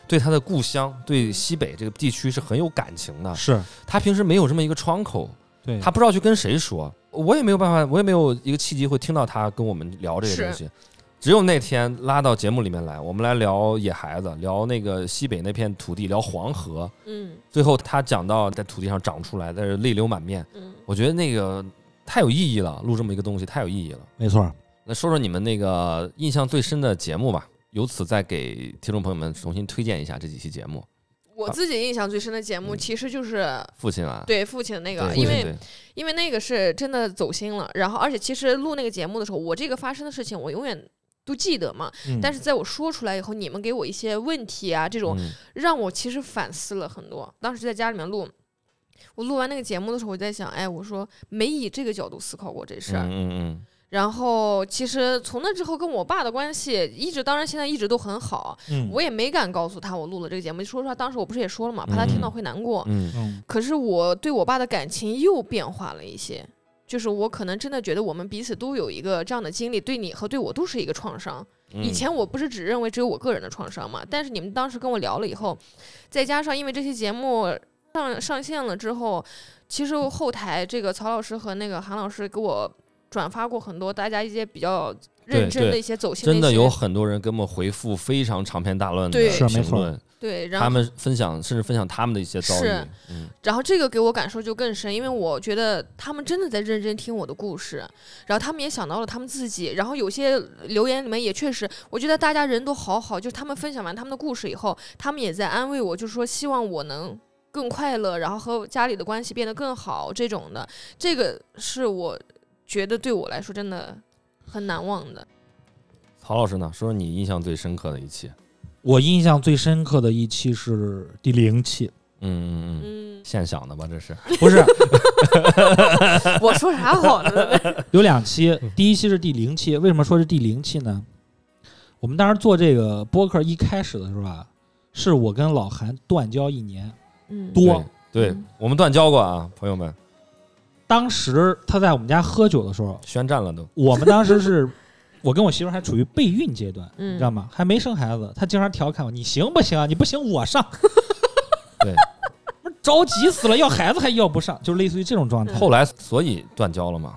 A: 对他的故乡，对西北这个地区是很有感情的。
B: 是
A: 他平时没有这么一个窗口，
B: 对
A: 他不知道去跟谁说，我也没有办法，我也没有一个契机会听到他跟我们聊这些东西。只有那天拉到节目里面来，我们来聊野孩子，聊那个西北那片土地，聊黄河。
C: 嗯，
A: 最后他讲到在土地上长出来，但是泪流满面。
C: 嗯，
A: 我觉得那个太有意义了，录这么一个东西太有意义了。
B: 没错。
A: 那说说你们那个印象最深的节目吧，由此再给听众朋友们重新推荐一下这几期节目。
C: 我自己印象最深的节目其实就是
A: 父亲啊，
C: 对父亲的那个，
A: 对
C: 因为
A: 对
C: 因为那个是真的走心了。然后而且其实录那个节目的时候，我这个发生的事情我永远都记得嘛。
B: 嗯、
C: 但是在我说出来以后，你们给我一些问题啊，这种、
A: 嗯、
C: 让我其实反思了很多。当时在家里面录，我录完那个节目的时候，我在想，哎，我说没以这个角度思考过这事儿。
A: 嗯嗯嗯。
C: 然后其实从那之后跟我爸的关系一直，当然现在一直都很好。
B: 嗯，
C: 我也没敢告诉他我录了这个节目。说实话，当时我不是也说了嘛，怕他听到会难过。
A: 嗯
B: 嗯。
C: 可是我对我爸的感情又变化了一些。就是我可能真的觉得我们彼此都有一个这样的经历，对你和对我都是一个创伤。
A: 嗯、
C: 以前我不是只认为只有我个人的创伤嘛，但是你们当时跟我聊了以后，再加上因为这期节目上上线了之后，其实后台这个曹老师和那个韩老师给我转发过很多大家一些比较认真的一些走心的一些，
A: 真的有很多人给我们回复非常长篇大论的评论。
C: 对，然后
A: 他们分享，甚至分享他们的一些遭遇。
C: 是，嗯，然后这个给我感受就更深，因为我觉得他们真的在认真听我的故事，然后他们也想到了他们自己，然后有些留言里面也确实，我觉得大家人都好好，就是他们分享完他们的故事以后，他们也在安慰我，就是说希望我能更快乐，然后和家里的关系变得更好这种的，这个是我觉得对我来说真的很难忘的。
A: 曹老师呢，说说你印象最深刻的一期。
B: 我印象最深刻的一期是第零期。
A: 嗯嗯嗯，现想的吧？这是
B: 不是？
C: 我说啥好呢？
B: 有两期，第一期是第零期。为什么说是第零期呢？我们当时做这个播客一开始的时候啊，是我跟老韩断交一年多。
A: 嗯、对, 对、嗯，我们断交过啊，朋友们。
B: 当时他在我们家喝酒的时候，
A: 宣战了都。
B: 我们当时是。我跟我媳妇还处于备孕阶段，
C: 嗯、
B: 你知道吗？还没生孩子，她经常调侃我：“你行不行啊？你不行我上。”
A: 对，
B: 着急死了，要孩子还要不上，就类似于这种状态。
A: 后来所以断交了嘛。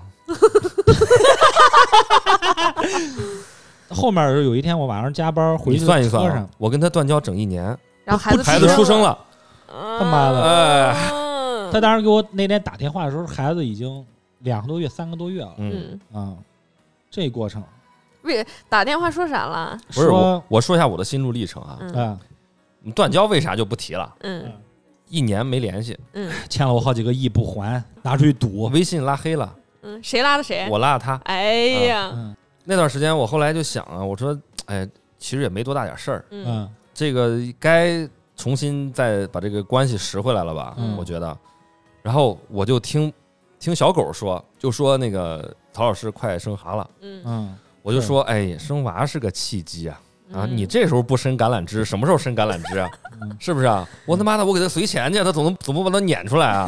B: 后面有一天我晚上加班回去，
A: 你算一算、啊，我跟他断交整一年，
C: 然后孩子
A: 孩子出生了，
B: 他妈的！哎，他当时给我那天打电话的时候，孩子已经两个多月、三个多月了。
A: 嗯
B: 啊。这过程，
C: 为打电话说啥了？
A: 不是我，我说一下我的心路历程啊。
B: 嗯，
A: 断交为啥就不提了？
C: 嗯，
A: 一年没联系，
C: 嗯，
B: 欠了我好几个亿不还，拿出去赌，
A: 微信拉黑了。
C: 嗯，谁拉的谁？
A: 我拉的他。
C: 哎呀、
B: 啊嗯，
A: 那段时间我后来就想啊，我说，哎，其实也没多大点事儿。
C: 嗯，
A: 这个该重新再把这个关系拾回来了吧？
B: 嗯，
A: 我觉得。然后我就听听小狗说，就说那个。曹老师快生娃了，
C: 嗯，
A: 我就说，哎，生娃是个契机啊，啊，你这时候不伸橄榄枝，什么时候伸橄榄枝啊？
B: 嗯、
A: 是不是啊？我他妈的，我给他随钱去，他总能总不把他撵出来啊？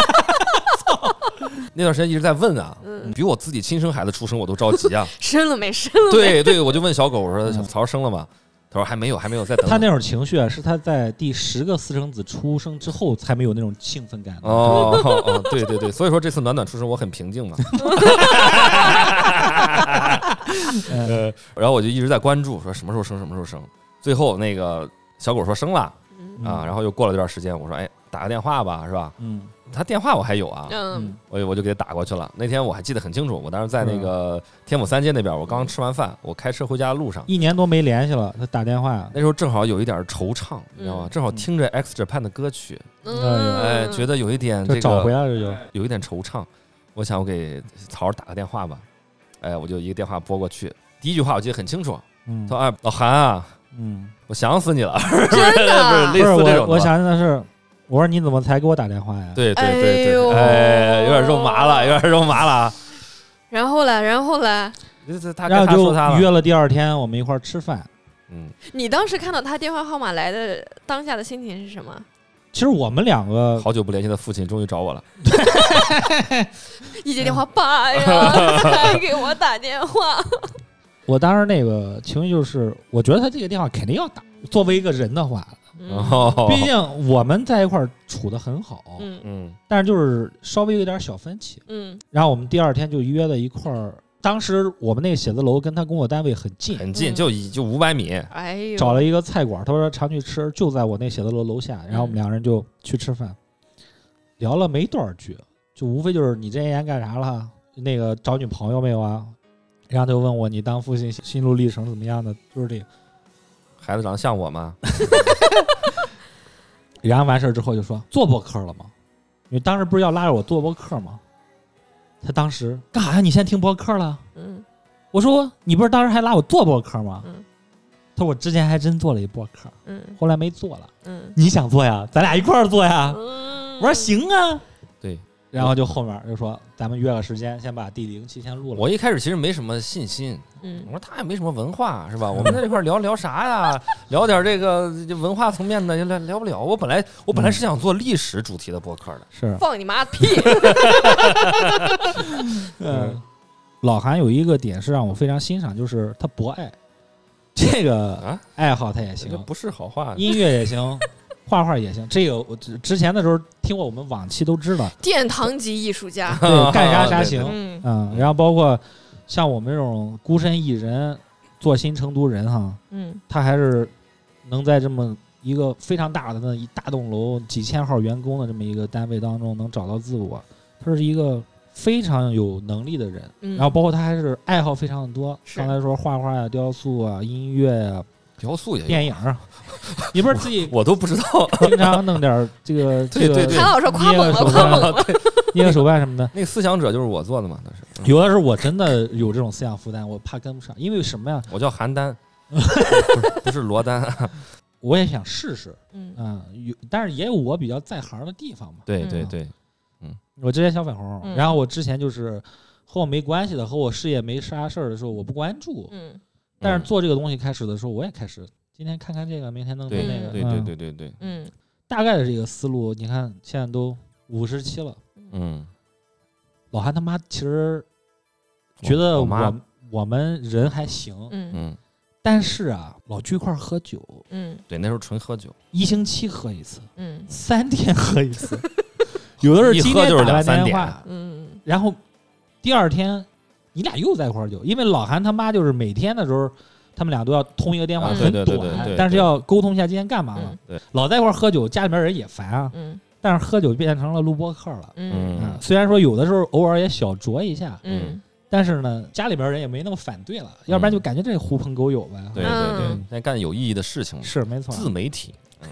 A: 那段时间一直在问啊，
C: 嗯、
A: 比我自己亲生孩子出生我都着急啊，
C: 生了没？生了没？
A: 对对，我就问小狗，我说小曹生了吗？他说还没有，还没有，再等。
B: 他那种情绪啊，是他在第十个私生子出生之后才没有那种兴奋感。
A: 哦哦，对对对，所以说这次暖暖出生我很平静嘛。呃，然后我就一直在关注，说什么时候生，什么时候生。最后那个小狗说生了、
B: 嗯、
A: 啊，然后又过了一段时间，我说哎，打个电话吧，是吧？
B: 嗯，
A: 他电话我还有啊，
C: 嗯，
A: 我我就给他打过去了。那天我还记得很清楚，我当时在那个天府三街那边，我刚吃完饭，我开车回家的路上，
B: 一年多没联系了，他打电话，
A: 那时候正好有一点惆怅，你知道吗？
C: 嗯、
A: 正好听着 X Japan 的歌曲，
C: 嗯、
A: 哎，觉得有一点这个
B: 找回来了，就
A: 有一点惆怅。我想我给曹儿打个电话吧，哎，我就一个电话拨过去，第一句话我记得很清楚，
B: 嗯，
A: 说哎，老韩啊，
B: 嗯，
A: 我想死你了，
C: 真的，
A: 不是类似这种的。
B: 我想的是。我说你怎么才给我打电话呀？
A: 对对对对，哎，有点肉麻了，有点肉麻了。
C: 然后呢？然后呢？
B: 然后就约了第二天，我们一块儿吃饭。
A: 嗯，
C: 你当时看到他电话号码来的当下的心情是什么？
B: 其实我们两个
A: 好久不联系的父亲终于找我了，
C: 一接电话，爸呀，才给我打电话。
B: 我当时那个情绪就是，我觉得他这个电话肯定要打。作为一个人的话，
A: 哦，
B: 毕竟我们在一块儿处得很好，
C: 嗯
A: 嗯
B: 但是就是稍微有点小分歧。
C: 嗯
B: 然后我们第二天就约在一块儿，当时我们那个写字楼跟他工作单位很近，
A: 很近，
C: 嗯
A: 就一就五百米。
C: 哎呦，
B: 找了一个菜馆，他说常去吃，就在我那写字楼楼下。然后我们两个人就去吃饭，聊了没多少句，就无非就是你这些年干啥了，那个找女朋友没有啊？然后他就问我你当父亲心路历程怎么样的，就是这个。
A: 孩子长得像我吗？
B: 然后完事儿之后就说做播客了吗？因为当时不是要拉着我做播客吗？他当时干啥呀？你现在听播客了？
C: 嗯
B: 我说你不是当时还拉我做播客吗？
C: 嗯
B: 他说我之前还真做了一播客，
C: 嗯
B: 后来没做了。
C: 嗯
B: 你想做呀？咱俩一块儿做呀？
C: 嗯，
B: 我说行啊。
A: 对，
B: 然后就后面就说咱们约个时间，先把第零期先录了。
A: 我一开始其实没什么信心，
C: 嗯
A: 我说他也没什么文化，是吧？我们在这块聊聊啥呀？聊点这个文化层面的，聊聊不了。我本来我本来是想做历史主题的播客的，
B: 是，
C: 放你妈屁！
B: 嗯，老韩有一个点是让我非常欣赏，就是他博爱，这个
A: 啊
B: 爱好他也行
A: 这，不是好话。
B: 音乐也行，画画也行。这个我之之前的时候听过我们往期都知道，
C: 殿堂级艺术家，
B: 对，干啥啥行。
C: 嗯
B: 嗯，然后包括像我们这种孤身一人做新成都人哈，
C: 嗯
B: 他还是能在这么一个非常大的那一大栋楼几千号员工的这么一个单位当中能找到自我，他是一个非常有能力的人。
C: 嗯，
B: 然后包括他还是爱好非常的多，
C: 是
B: 刚才说画画呀、雕塑啊、音乐呀、
A: 雕塑也有，
B: 电影儿，你不是自己
A: 我都不知道。
B: 经常弄点儿这个这个
A: 对对对
C: 韩老师夸猛了，
B: 捏个手
C: 夸猛
B: 办
C: 了。
B: 捏个手办什么的？
A: 那个思想者就是我做的嘛，那是。
B: 有的时候我真的有这种思想负担，我怕跟不上，因为什么呀？
A: 我叫邯郸，不是不是罗丹。
B: 我也想试试，
C: 嗯
B: 嗯，有，但是也有我比较在行的地方嘛。
C: 嗯
A: 对对对，
B: 我之前小粉红，
C: 嗯
B: 然后我之前就是和我没关系的，和我事业没啥事儿的时候，我不关注。
C: 嗯
B: 但是做这个东西开始的时候，我也开始今天看看这个，明天弄弄
A: 对
B: 那个，
A: 对对
B: 嗯
A: 对对对，
C: 嗯
B: 大概的这个思路，你看现在都五十期了，
A: 嗯，
B: 老韩他妈其实觉得
A: 我妈
B: 我我们人还行，
C: 嗯
A: 嗯，
B: 但是啊，老聚一块儿喝酒，
C: 嗯
A: 对，那时候纯喝酒，
B: 一星期喝一次，
C: 嗯
B: 三天喝一次，有的是今天
A: 一喝就是
B: 打完
A: 两三点
B: 电话，
C: 嗯
B: 然后第二天你俩又在一块儿酒，因为老韩他妈就是每天的时候，他们俩都要通一个电话，
C: 嗯
B: 很
A: 对对对
B: 短
A: 对对，
B: 但是要沟通一下今天干嘛了
C: 嗯。
A: 对，
B: 老在一块儿喝酒，家里面人也烦啊，
C: 嗯
B: 但是喝酒变成了录播课了。
C: 嗯
B: 嗯，虽然说有的时候偶尔也小酌一下，
C: 嗯
B: 但是呢，家里边人也没那么反对了，要不然就感觉这狐朋狗友呗。
A: 对对对，
C: 嗯
A: 现在干有意义的事情嘛，
B: 是没错。
A: 自媒体。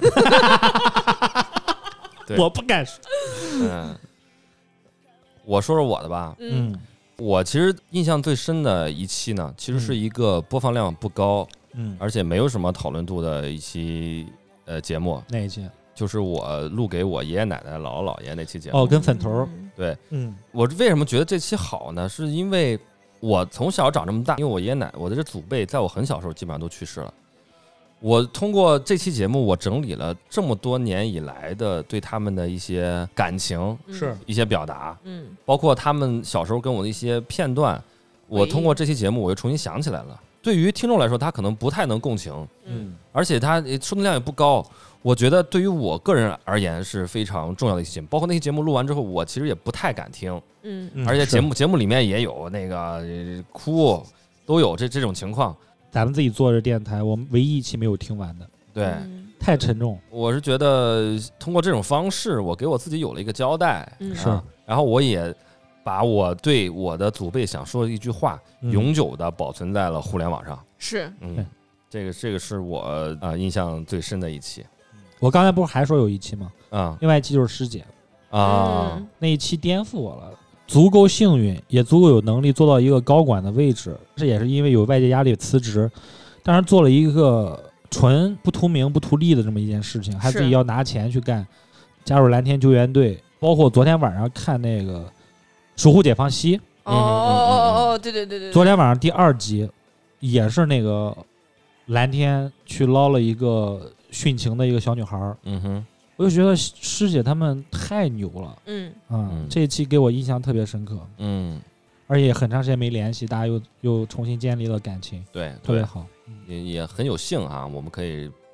A: 对
B: 我不敢说。
A: 嗯，我说说我的吧。
C: 嗯
B: 嗯
A: 我其实印象最深的一期呢，其实是一个播放量不高，
B: 嗯，
A: 而且没有什么讨论度的一期呃节目，
B: 那一期
A: 就是我录给我爷爷奶奶、姥姥姥爷那期节目。
B: 哦，跟粉头儿，
A: 对，
B: 嗯
A: 我为什么觉得这期好呢？是因为我从小长这么大，因为我爷爷奶我的这祖辈在我很小时候基本上都去世了。我通过这期节目，我整理了这么多年以来的对他们的一些感情、
B: 是
A: 一些表达，
C: 嗯
A: 包括他们小时候跟我的一些片段，我通过这期节目，我又重新想起来了。对于听众来说，他可能不太能共情，
C: 嗯
A: 而且他收听量也不高。我觉得对于我个人而言是非常重要的一期节目，包括那期节目录完之后，我其实也不太敢听，
C: 嗯
B: 嗯
A: 而且节
B: 是
A: 目节目里面也有那个呃哭，都有这这种情况。
B: 咱们自己做这电台，我们唯一一期没有听完的，
A: 对，
C: 嗯
B: 太沉重。
A: 我是觉得通过这种方式，我给我自己有了一个交代，
C: 嗯
B: 是
A: 啊，然后我也把我对我的祖辈想说的一句话，
B: 嗯
A: 永久的保存在了互联网上。
C: 是
B: 对
A: 嗯，这个这个是我啊、呃印象最深的一期
B: 我刚才不是还说有一期吗？
A: 啊
B: 另外一期就是师姐，
A: 啊
C: 嗯
B: 那一期颠覆我了。足够幸运，也足够有能力做到一个高管的位置，这也是因为有外界压力辞职，但是做了一个纯不图名不图利的这么一件事情，还自己要拿钱去干，加入蓝天救援队，包括昨天晚上看那个《守护解放西》，
C: 哦哦哦哦，对对对对，
B: 昨天晚上第二集也是那个蓝天去捞了一个殉情的一个小女孩儿，
A: 嗯哼，
B: 我就觉得师姐他们太牛了
C: 嗯
B: 啊、
A: 嗯
B: 这一期给我印象特别深刻，
A: 嗯，
B: 而且很长时间没联系，大家又又重新建立了感情，
A: 对对，
B: 特别好。
A: 也也很有幸啊，我们可以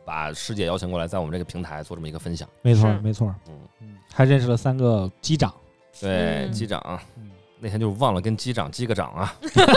A: 把师姐邀请过来，在我们这个平台做这么一个分享。
B: 没错没错，
A: 嗯
B: 嗯，还认识了三个机长，
A: 对，
C: 嗯
A: 机长，
B: 嗯，
A: 那天就忘了跟机长击个掌啊，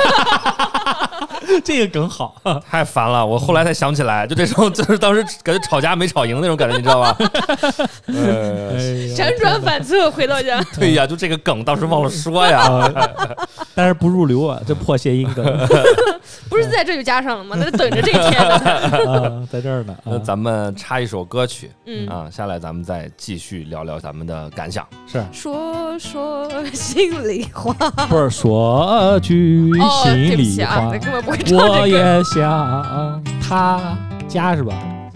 B: 这个梗好，
A: 太烦了。我后来才想起来，就这种就是当时感觉吵架没吵赢那种感觉，你知道吧？呃，
B: 哎呀
C: 辗转反侧回到家。
A: 对呀，就这个梗当时忘了说呀。
B: 啊但是不入流啊，这破谐音梗
C: 不是在这就加上了吗？那等着这一天呢。
B: 啊，在这儿呢。
A: 那咱们插一首歌曲
C: 嗯
A: 啊，下来咱们再继续聊聊咱们的感想。
B: 是
C: 说说心里话。
B: 不是说句
C: 哦，对
B: 心里
C: 不起啊，
B: 话
C: 根？本不会唱
B: 我
C: 这个。
B: 也想他家是吧？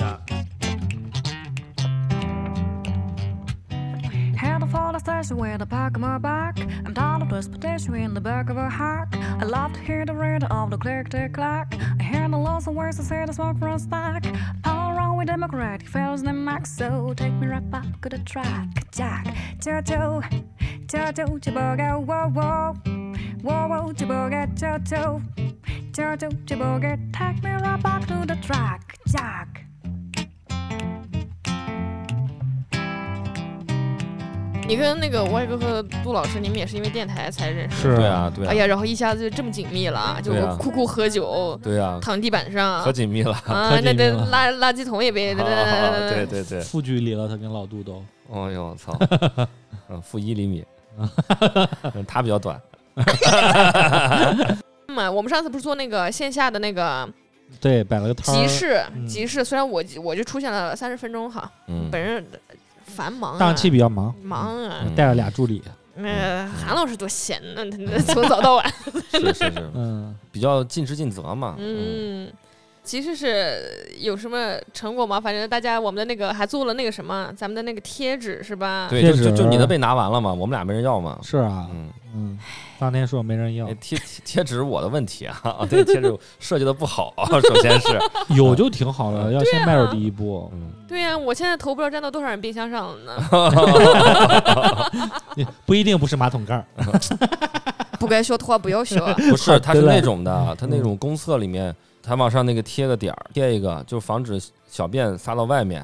D: Heading for the station with a pack on my back. I'm tired of transportation in the back of a hack. I love to hear the rhythm of the click, tick, clack. I hear the lots of words that say the smoke from stack. All around with democratic fellows in the max. So take me right back to the track. Jack, Jojo, Jojo, Jiboga, whoa, whoa. Whoa, whoa, Jiboga, Jojo. Jojo, Jiboga, take me right back to the track. Jack.
C: 你跟那个歪哥和杜老师，你们也是因为电台才认识。
B: 是
A: 对啊，对啊。
C: 哎呀，然后一下子就这么紧密了，就
A: 对啊
C: 酷酷喝酒，
A: 对啊，
C: 躺地板上，
A: 可紧密了。
C: 啊，
B: 可紧
C: 那
B: 密了
C: 那垃垃圾桶也被，
A: 啊对对对。
B: 负距离了，他跟老杜都。
A: 哦呦，操！嗯，负一厘米，嗯他比较短。
C: 嗯，我们上次不是做那个线下的那个
B: 对，摆了个摊儿。
C: 集市，
B: 嗯
C: 集市，虽然我我就出现了三十分钟哈，
A: 嗯，
C: 本人繁忙啊，
B: 档期比较忙，
C: 忙啊。
A: 嗯
B: 带着俩助理。
C: 那韩老师多闲呢，他从早到晚。
A: 是是是，
B: 嗯，
A: 比较尽职尽责嘛。
C: 嗯，其实是有什么成果吗？反正大家我们的那个还做了那个什么，咱们的那个贴纸是吧？
A: 对，
B: 贴纸
A: 就就就你的被拿完了嘛，我们俩没人要嘛。
B: 是啊，
A: 嗯，
B: 嗯，当天说没人要
A: 哎，贴贴贴纸我的问题啊，对，贴纸设计的不好，首先是，
B: 有就挺好了，要先迈入第一步。
A: 嗯，
C: 对呀、我现在头不知道粘到多少人冰箱上了呢。
B: 不一定不是马桶盖儿。
C: 不该说的话不要说。
A: 不是，它是
B: 对了
A: 那种的，它那种公厕里面，它往上那个贴个点儿，贴一个，就防止小便撒到外面，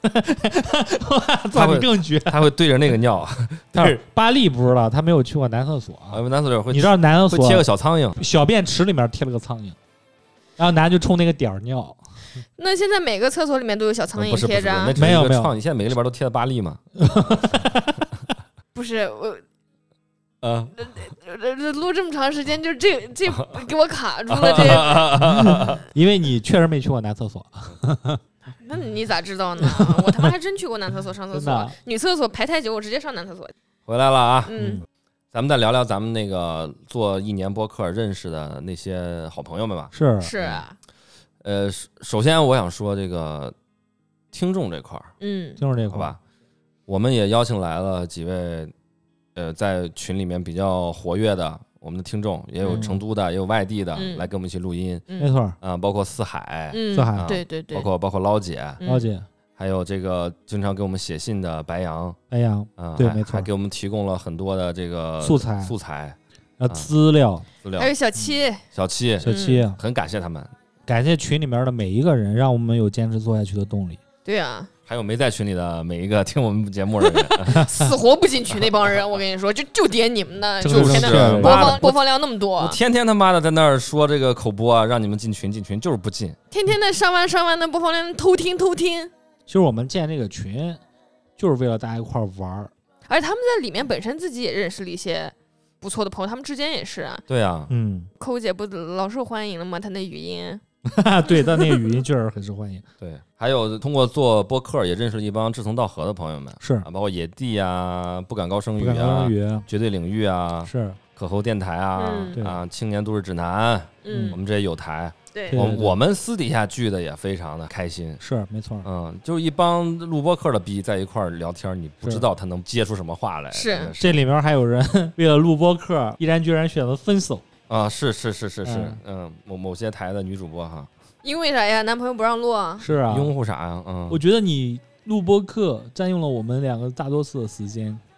B: 操，你更绝！
A: 它会对着那个尿。
B: 但是巴力不知道，他没有去过男厕所。
A: 啊，男厕所会
B: 你知道男厕所
A: 会贴个小苍蝇，
B: 小便池里面贴了个苍蝇，然后男就冲那个点儿尿。
C: 那现在每个厕所里面都有小苍
A: 嗯不是不是，
C: 蝇贴着啊
A: 那，只是
B: 没有没有
A: 一个创意，现在每个里边都贴的巴力嘛。
C: 不是我
A: 嗯，
C: 这这录这么长时间，就这这给我卡住了。这，
B: 因为你确实没去过男厕所。
C: 那你咋知道呢？我他妈还真去过男厕所上厕所
B: 真的啊，
C: 女厕所排太久，我直接上男厕所。
A: 回来了啊，
C: 嗯，
A: 咱们再聊聊咱们那个做一年播客认识的那些好朋友们吧。
B: 是
C: 是啊，
A: 呃，首首先我想说这个听众这块儿，
C: 嗯
B: 就是这块儿。
A: 好吧，我们也邀请来了几位，呃，在群里面比较活跃的我们的听众，也有
B: 嗯
A: 成都的，也有外地的，
C: 嗯
A: 来跟我们一起录音，
C: 嗯
B: 没错儿，
A: 啊、包括四海，
C: 嗯，
B: 四海
A: 啊
C: 对对对，
A: 包括包括捞姐，
C: 嗯
B: 老姐，
A: 还有这个经常给我们写信的白羊，
B: 白羊，
A: 啊、还
B: 对没错
A: 还给我们提供了很多的这个
B: 素材
A: 素材
B: 呃，资料，
A: 资料
C: 还。有小七，
A: 小七，
B: 小七，
A: 很感谢他们，
B: 感谢群里面的每一个人，让我们有坚持做下去的动力。
C: 对啊，
A: 还有没在群里的每一个听我们节目的人，
C: 死活不进群那帮人，我跟你说，就就点你们的，
B: 正
C: 就天天
B: 正确
C: 播
A: 妈的
C: 放播放量那么
A: 我
C: 多，
A: 天天他妈的在那儿说这个口播啊，让你们进群进群，就是不进。
C: 天天的上万上万的播放量，偷听偷听。
B: 其实我们建这个群，就是为了大家一块儿玩儿。
C: 而且他们在里面本身自己也认识了一些不错的朋友，他们之间也是啊。
A: 对啊，
B: 嗯，
C: 扣姐不老受欢迎了吗？她那语音，
B: 对，但那个语音确实很受欢迎。
A: 对，还有通过做播客也认识了一帮志同道合的朋友们，
B: 是
A: 啊，包括野地啊、不敢高声语
B: 不敢高
A: 啊
B: 声、语，
A: 绝对领域啊、
B: 是
A: 可后电台啊、
C: 嗯
B: 对
A: 啊青年都市指南，
C: 嗯
A: 我，们这些有台，
C: 对
B: 对
A: 我我们私底下聚的也非常的开心。
B: 是没错儿。
A: 嗯，就是一帮录播客的逼在一块儿聊天，你不
B: 是
A: 知道他能接出什么话来。
C: 是
A: 真的
B: 这里面还有人为了录播客，毅然决然选择分手。
A: 啊，是是是是是
B: 嗯，
A: 嗯，某某些台的女主播哈，
C: 因为啥呀？男朋友不让录啊？
B: 是啊，
A: 拥护啥呀？嗯
B: 我，觉得你录播客占用了我们两个大多数的时间。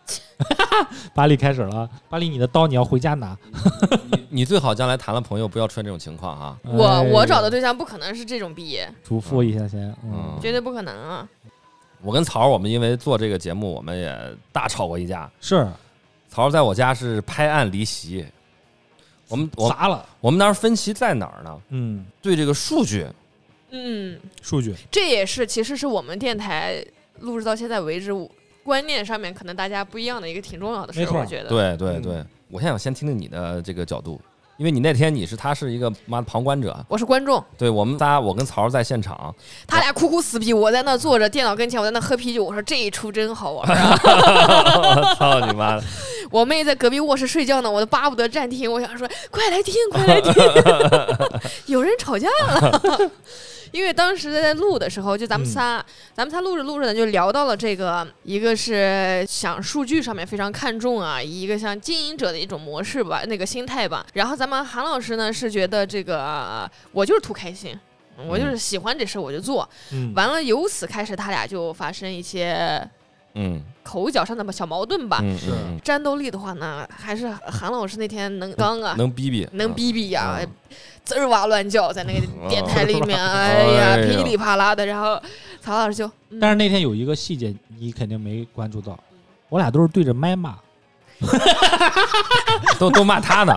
B: 巴黎开始了，巴黎你的刀你要回家拿。
A: 你你最好将来谈了朋友不要出现这种情况啊。
C: 我
B: 哎
C: 我找的对象不可能是这种毕业，
B: 嘱咐一下先，嗯，
A: 嗯，
C: 绝对不可能啊！
A: 我跟曹儿，我们因为做这个节目，我们也大吵过一架。
B: 是
A: 曹儿在我家是拍案离席，我们我
B: 砸了，
A: 我们当时分歧在哪儿呢？
B: 嗯，
A: 对这个数据，
C: 嗯，
B: 数据，
C: 这也是其实是我们电台录制到现在为止，观念上面可能大家不一样的一个挺重要的事儿，
B: 没错
C: 我觉得。
A: 对对对，我现在想先听听你的这个角度，因为你那天你是他是一个妈的旁观者，
C: 我是观众，
A: 对我们仨，我跟曹儿在现场，
C: 他俩哭哭撕逼，我在那坐着电脑跟前，我在那喝啤酒，我说这一出真好玩啊！
A: 操你妈的！
C: 我妹在隔壁卧室睡觉呢，我都巴不得暂停，我想说快来听，快来听，有人吵架了。因为当时在录的时候，就咱们仨，嗯、咱们仨录着录着呢，就聊到了这个，一个是想数据上面非常看重啊，一个像经营者的一种模式吧，那个心态吧。然后咱们韩老师呢是觉得这个、呃、我就是图开心，我就是喜欢这事我就做。嗯、完了由此开始，他俩就发生一些嗯口角上的小矛盾吧。
A: 嗯
B: 是
C: 战斗力的话呢，还是韩老师那天能刚啊，
A: 能逼逼，
C: 能逼逼呀、啊。
A: 嗯
C: 滋儿哇乱叫在那个电台里面，哦、哎呀噼里啪啦的，然后曹老师就，
B: 嗯、但是那天有一个细节你肯定没关注到，我俩都是对着麦骂，
A: 都都骂他呢，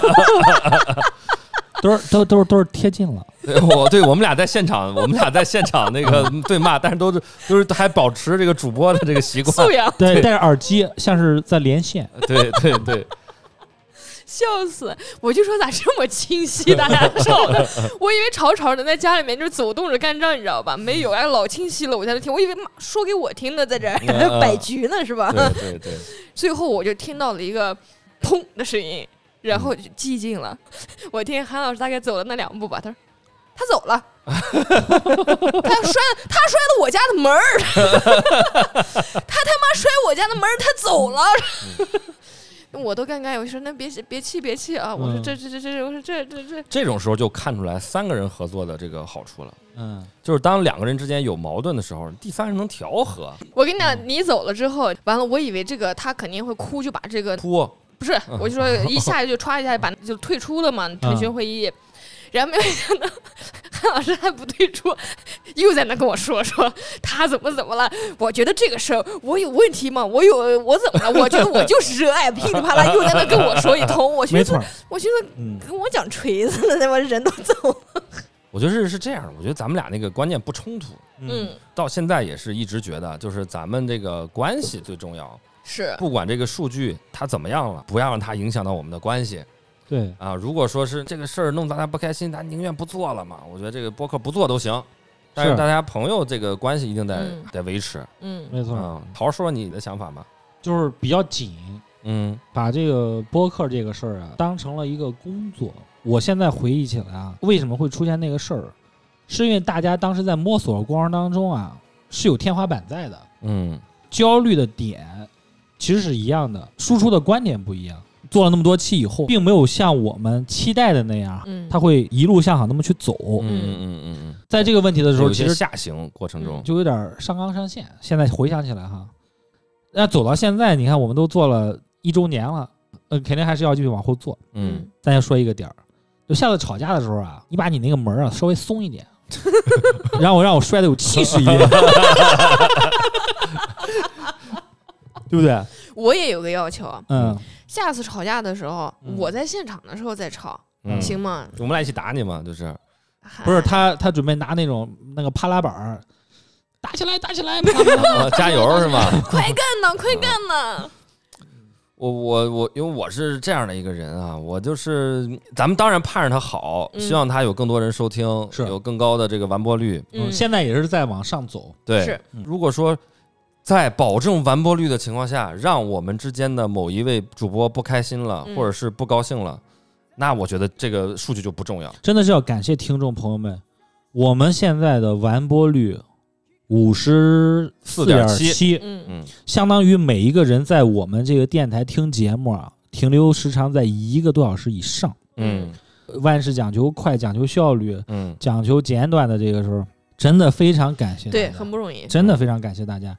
B: 都是都都是都是贴近了。
A: 对，我对我们俩在现场，我们俩在现场那个对骂，但是都是都是还保持这个主播的这个习惯
C: 素养，
B: 对，戴着耳机像是在连线，
A: 对对对。
C: 笑死！我就说咋这么清晰，大家吵的，我以为吵吵的在家里面就是走动着干仗，你知道吧？没有，哎，老清晰了，我在那听，我以为说给我听的，在这儿、嗯、摆局呢，是吧？
A: 对对对。
C: 最后我就听到了一个砰的声音，然后就寂静了。嗯、我听韩老师大概走了那两步吧，他说他走了，他摔他摔了我家的门儿，他他妈摔我家的门儿，他走了。嗯我都尴尬，我说那别别气别气啊！我说这这这这，我说这这这
A: 这种时候就看出来三个人合作的这个好处了。
B: 嗯，
A: 就是当两个人之间有矛盾的时候，第三人能调和。
C: 我跟你讲，你走了之后，完了，我以为这个他肯定会哭，就把这个
A: 哭
C: 不是，我就说一下就歘一下把就退出了嘛，腾讯会议。然后没有想到韩老师还不退出，又在那跟我说说他怎么怎么了。我觉得这个事儿我有问题吗？我有我怎么了？我觉得我就是热爱，噼里啪啦又在那跟我说一通。我寻思，我寻思跟我讲锤子呢，那帮人都走了。
A: 我觉得是是这样的，我觉得咱们俩那个观念不冲突。嗯，到现在也是一直觉得，就是咱们这个关系最重要。
C: 是，
A: 不管这个数据它怎么样了，不要让它影响到我们的关系。
B: 对
A: 啊，如果说是这个事儿弄大家不开心，咱宁愿不做了嘛。我觉得这个播客不做都行，但是大家朋友这个关系一定得、嗯、得维持。
C: 嗯，
B: 没错。
A: 嗯，好好说说你的想法吧。
B: 就是比较紧，
A: 嗯，
B: 把这个播客这个事儿啊当成了一个工作。我现在回忆起来啊，为什么会出现那个事儿，是因为大家当时在摸索的过程当中啊，是有天花板在的。
A: 嗯，
B: 焦虑的点其实是一样的，输出的观点不一样。做了那么多期以后，并没有像我们期待的那样，嗯、他会一路向好那么去走。
A: 嗯嗯嗯嗯，
B: 在这个问题的时候，其实
A: 下行过程中、
B: 嗯、就有点上纲上线。现在回想起来哈，那走到现在，你看我们都做了一周年了，呃，肯定还是要继续往后做。
A: 嗯，
B: 咱先说一个点儿，就下次吵架的时候啊，你把你那个门啊稍微松一点，然后我让我摔得有气势一点，对不对？
C: 我也有个要求，
B: 嗯。
C: 下次吵架的时候，嗯、我在现场的时候再吵，嗯、行吗？
A: 我们俩一起打你嘛，就是，
B: 不是他，他准备拿那种那个帕拉板打起来，打起来，啪啪啪
A: 哦、加油是吧？
C: 快干呐，快干呐！
A: 我我我，因为我是这样的一个人啊，我就是咱们当然盼着他好，
C: 嗯、
A: 希望他有更多人收听，有更高的这个完播率。
B: 嗯，现在也是在往上走。
A: 对，
C: 是
A: 如果说。在保证完播率的情况下，让我们之间的某一位主播不开心了，嗯、或者是不高兴了，那我觉得这个数据就不重要。
B: 真的是要感谢听众朋友们，我们现在的完播率五十四点七，
C: 嗯，
B: 相当于每一个人在我们这个电台听节目啊，停留时长在一个多小时以上。
A: 嗯，
B: 万事讲究快，讲究效率，
A: 嗯，
B: 讲究简短的这个时候，真的非常感谢大家，
C: 对，很不容易，
B: 真的非常感谢大家。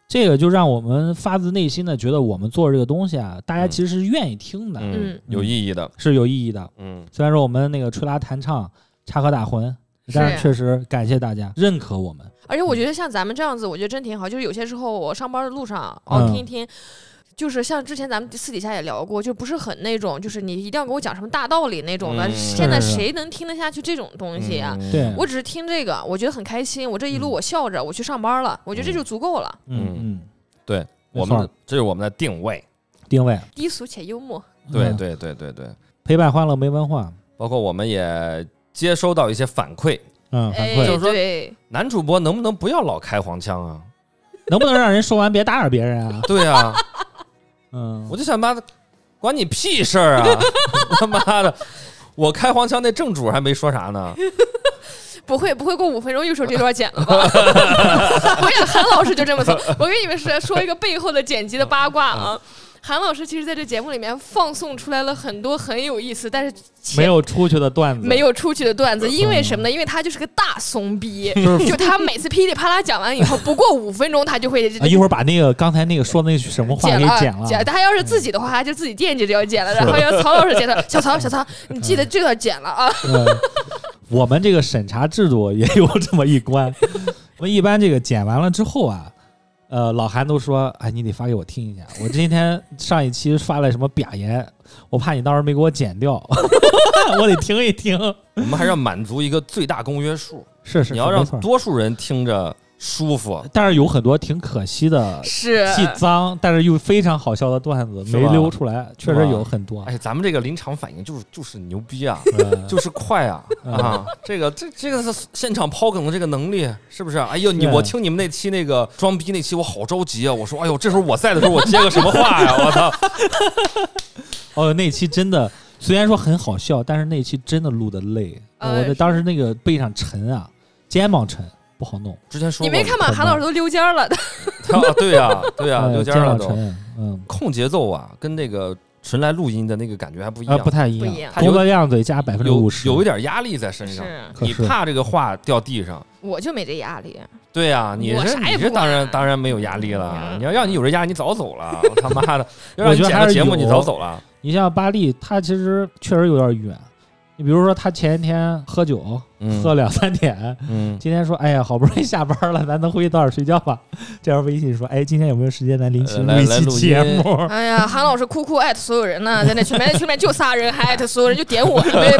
B: 这个就让我们发自内心的觉得我们做这个东西啊，大家其实是愿意听的，
A: 嗯，有意义的，
B: 是有意义的。
A: 嗯，
B: 虽然说我们那个吹拉弹唱、插科打诨，但是确实感谢大家认可我们。
C: 而且我觉得像咱们这样子，我觉得真挺好。就是有些时候我上班的路上，哦，
B: 嗯、
C: 听一听。就是像之前咱们私底下也聊过，就不是很那种，就是你一定要给我讲什么大道理那种的。
A: 嗯、
C: 现在谁能听得下去这种东西啊？
A: 嗯、
B: 对，
C: 我只是听这个，我觉得很开心。我这一路我笑着，我去上班了，我觉得这就足够了。
B: 嗯嗯，
A: 对，我们这是我们的定位，
B: 定位
C: 低俗且幽默。
A: 对对对对对，
B: 陪伴欢乐没文化。
A: 包括我们也接收到一些反馈，
B: 嗯，反馈、
C: 哎、
A: 就是说
C: 对
A: 男主播能不能不要老开黄腔啊？
B: 能不能让人说完别打扰别人啊？
A: 对啊。
B: 嗯，
A: 我就想妈的，关你屁事儿啊！他妈的，我开黄腔那正主还没说啥呢。
C: 不会不会过五分钟又说这段剪了吧？我想韩老师就这么做。我跟你们说说一个背后的剪辑的八卦啊。韩老师其实在这节目里面放送出来了很多很有意思，但是
B: 没有出去的段子，
C: 没有出去的段子，因为什么呢？因为他就是个大怂逼，就他每次噼里啪啦讲完以后，不过五分钟他就会、
B: 啊、一会儿把那个刚才那个说的那句什么话给剪了。
C: 剪了，他要是自己的话，他就自己惦记着要剪了，然后要曹老师剪的，小曹小曹，你记得这段剪了啊。
B: 嗯，我们这个审查制度也有这么一关，我们一般这个剪完了之后啊。呃，老韩都说，哎，你得发给我听一下。我今天上一期发了什么表言，我怕你到时候没给我剪掉，我得听一听。
A: 我们还是要满足一个最大公约数，
B: 是是，
A: 你要让多数人听着舒服。
B: 但是有很多挺可惜的，
C: 是
B: 既脏但是又非常好笑的段子没溜出来，确实有很多。
A: 哎，咱们这个临场反应就是就是牛逼啊，就是快啊啊！这个这这个是现场抛梗的这个能力，是不是？哎呦，你我听你们那期那个装逼那期，我好着急啊！我说，哎呦，这时候我在的时候，我接个什么话呀？我操！
B: 哦，那期真的虽然说很好笑，但是那期真的录的累，
C: 呃、
B: 我的当时那个背上沉啊，肩膀沉。不好弄，
A: 之前说
C: 你没看吗？韩老师都溜肩了。
A: 啊，对呀、啊，对呀、啊，溜肩了都。
B: 嗯，
A: 控节奏啊，跟那个纯来录音的那个感觉还不一样，
B: 啊、不太一
C: 样。
B: 样。工作量得加百分之五十，
A: 有一点压力在身上。你怕这个话掉地上，
C: 我就没这压力。
A: 对呀、啊，你是你是当然当然没有压力了。嗯、你要让你有这压力，你早走了。他妈的，要让你剪个节目，你早走了。
B: 你像巴力，他其实确实有点远。你比如说，他前一天喝酒，嗯、喝两三点，嗯，今天说，哎呀，好不容易下班了，咱能回去早点睡觉吧？这样微信说，哎，今天有没有时间咱临期录一期节目？
C: 哎呀，韩老师酷酷艾特所有人呢，在那群里面，群里面就仨人，还艾特所有人，就点我。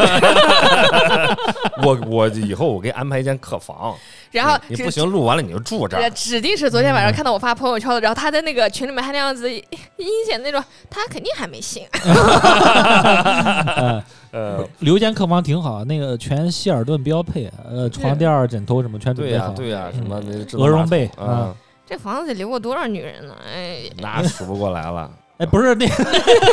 A: 我我以后我给你安排一间客房。
C: 然后
A: 你不行，录完了你就住这儿。
C: 指定是昨天晚上看到我发朋友圈了，然后他在那个群里面还那样子阴险那种，他肯定还没醒。
B: 呃，留间客房挺好，那个全希尔顿标配，呃，床垫、枕头什么全准备好。
A: 对呀、啊，对呀、啊，什么那
B: 鹅绒被
A: 啊，
C: 这房子得留过多少女人呢？哎，
A: 那数不过来了。
B: 哎，不是那个。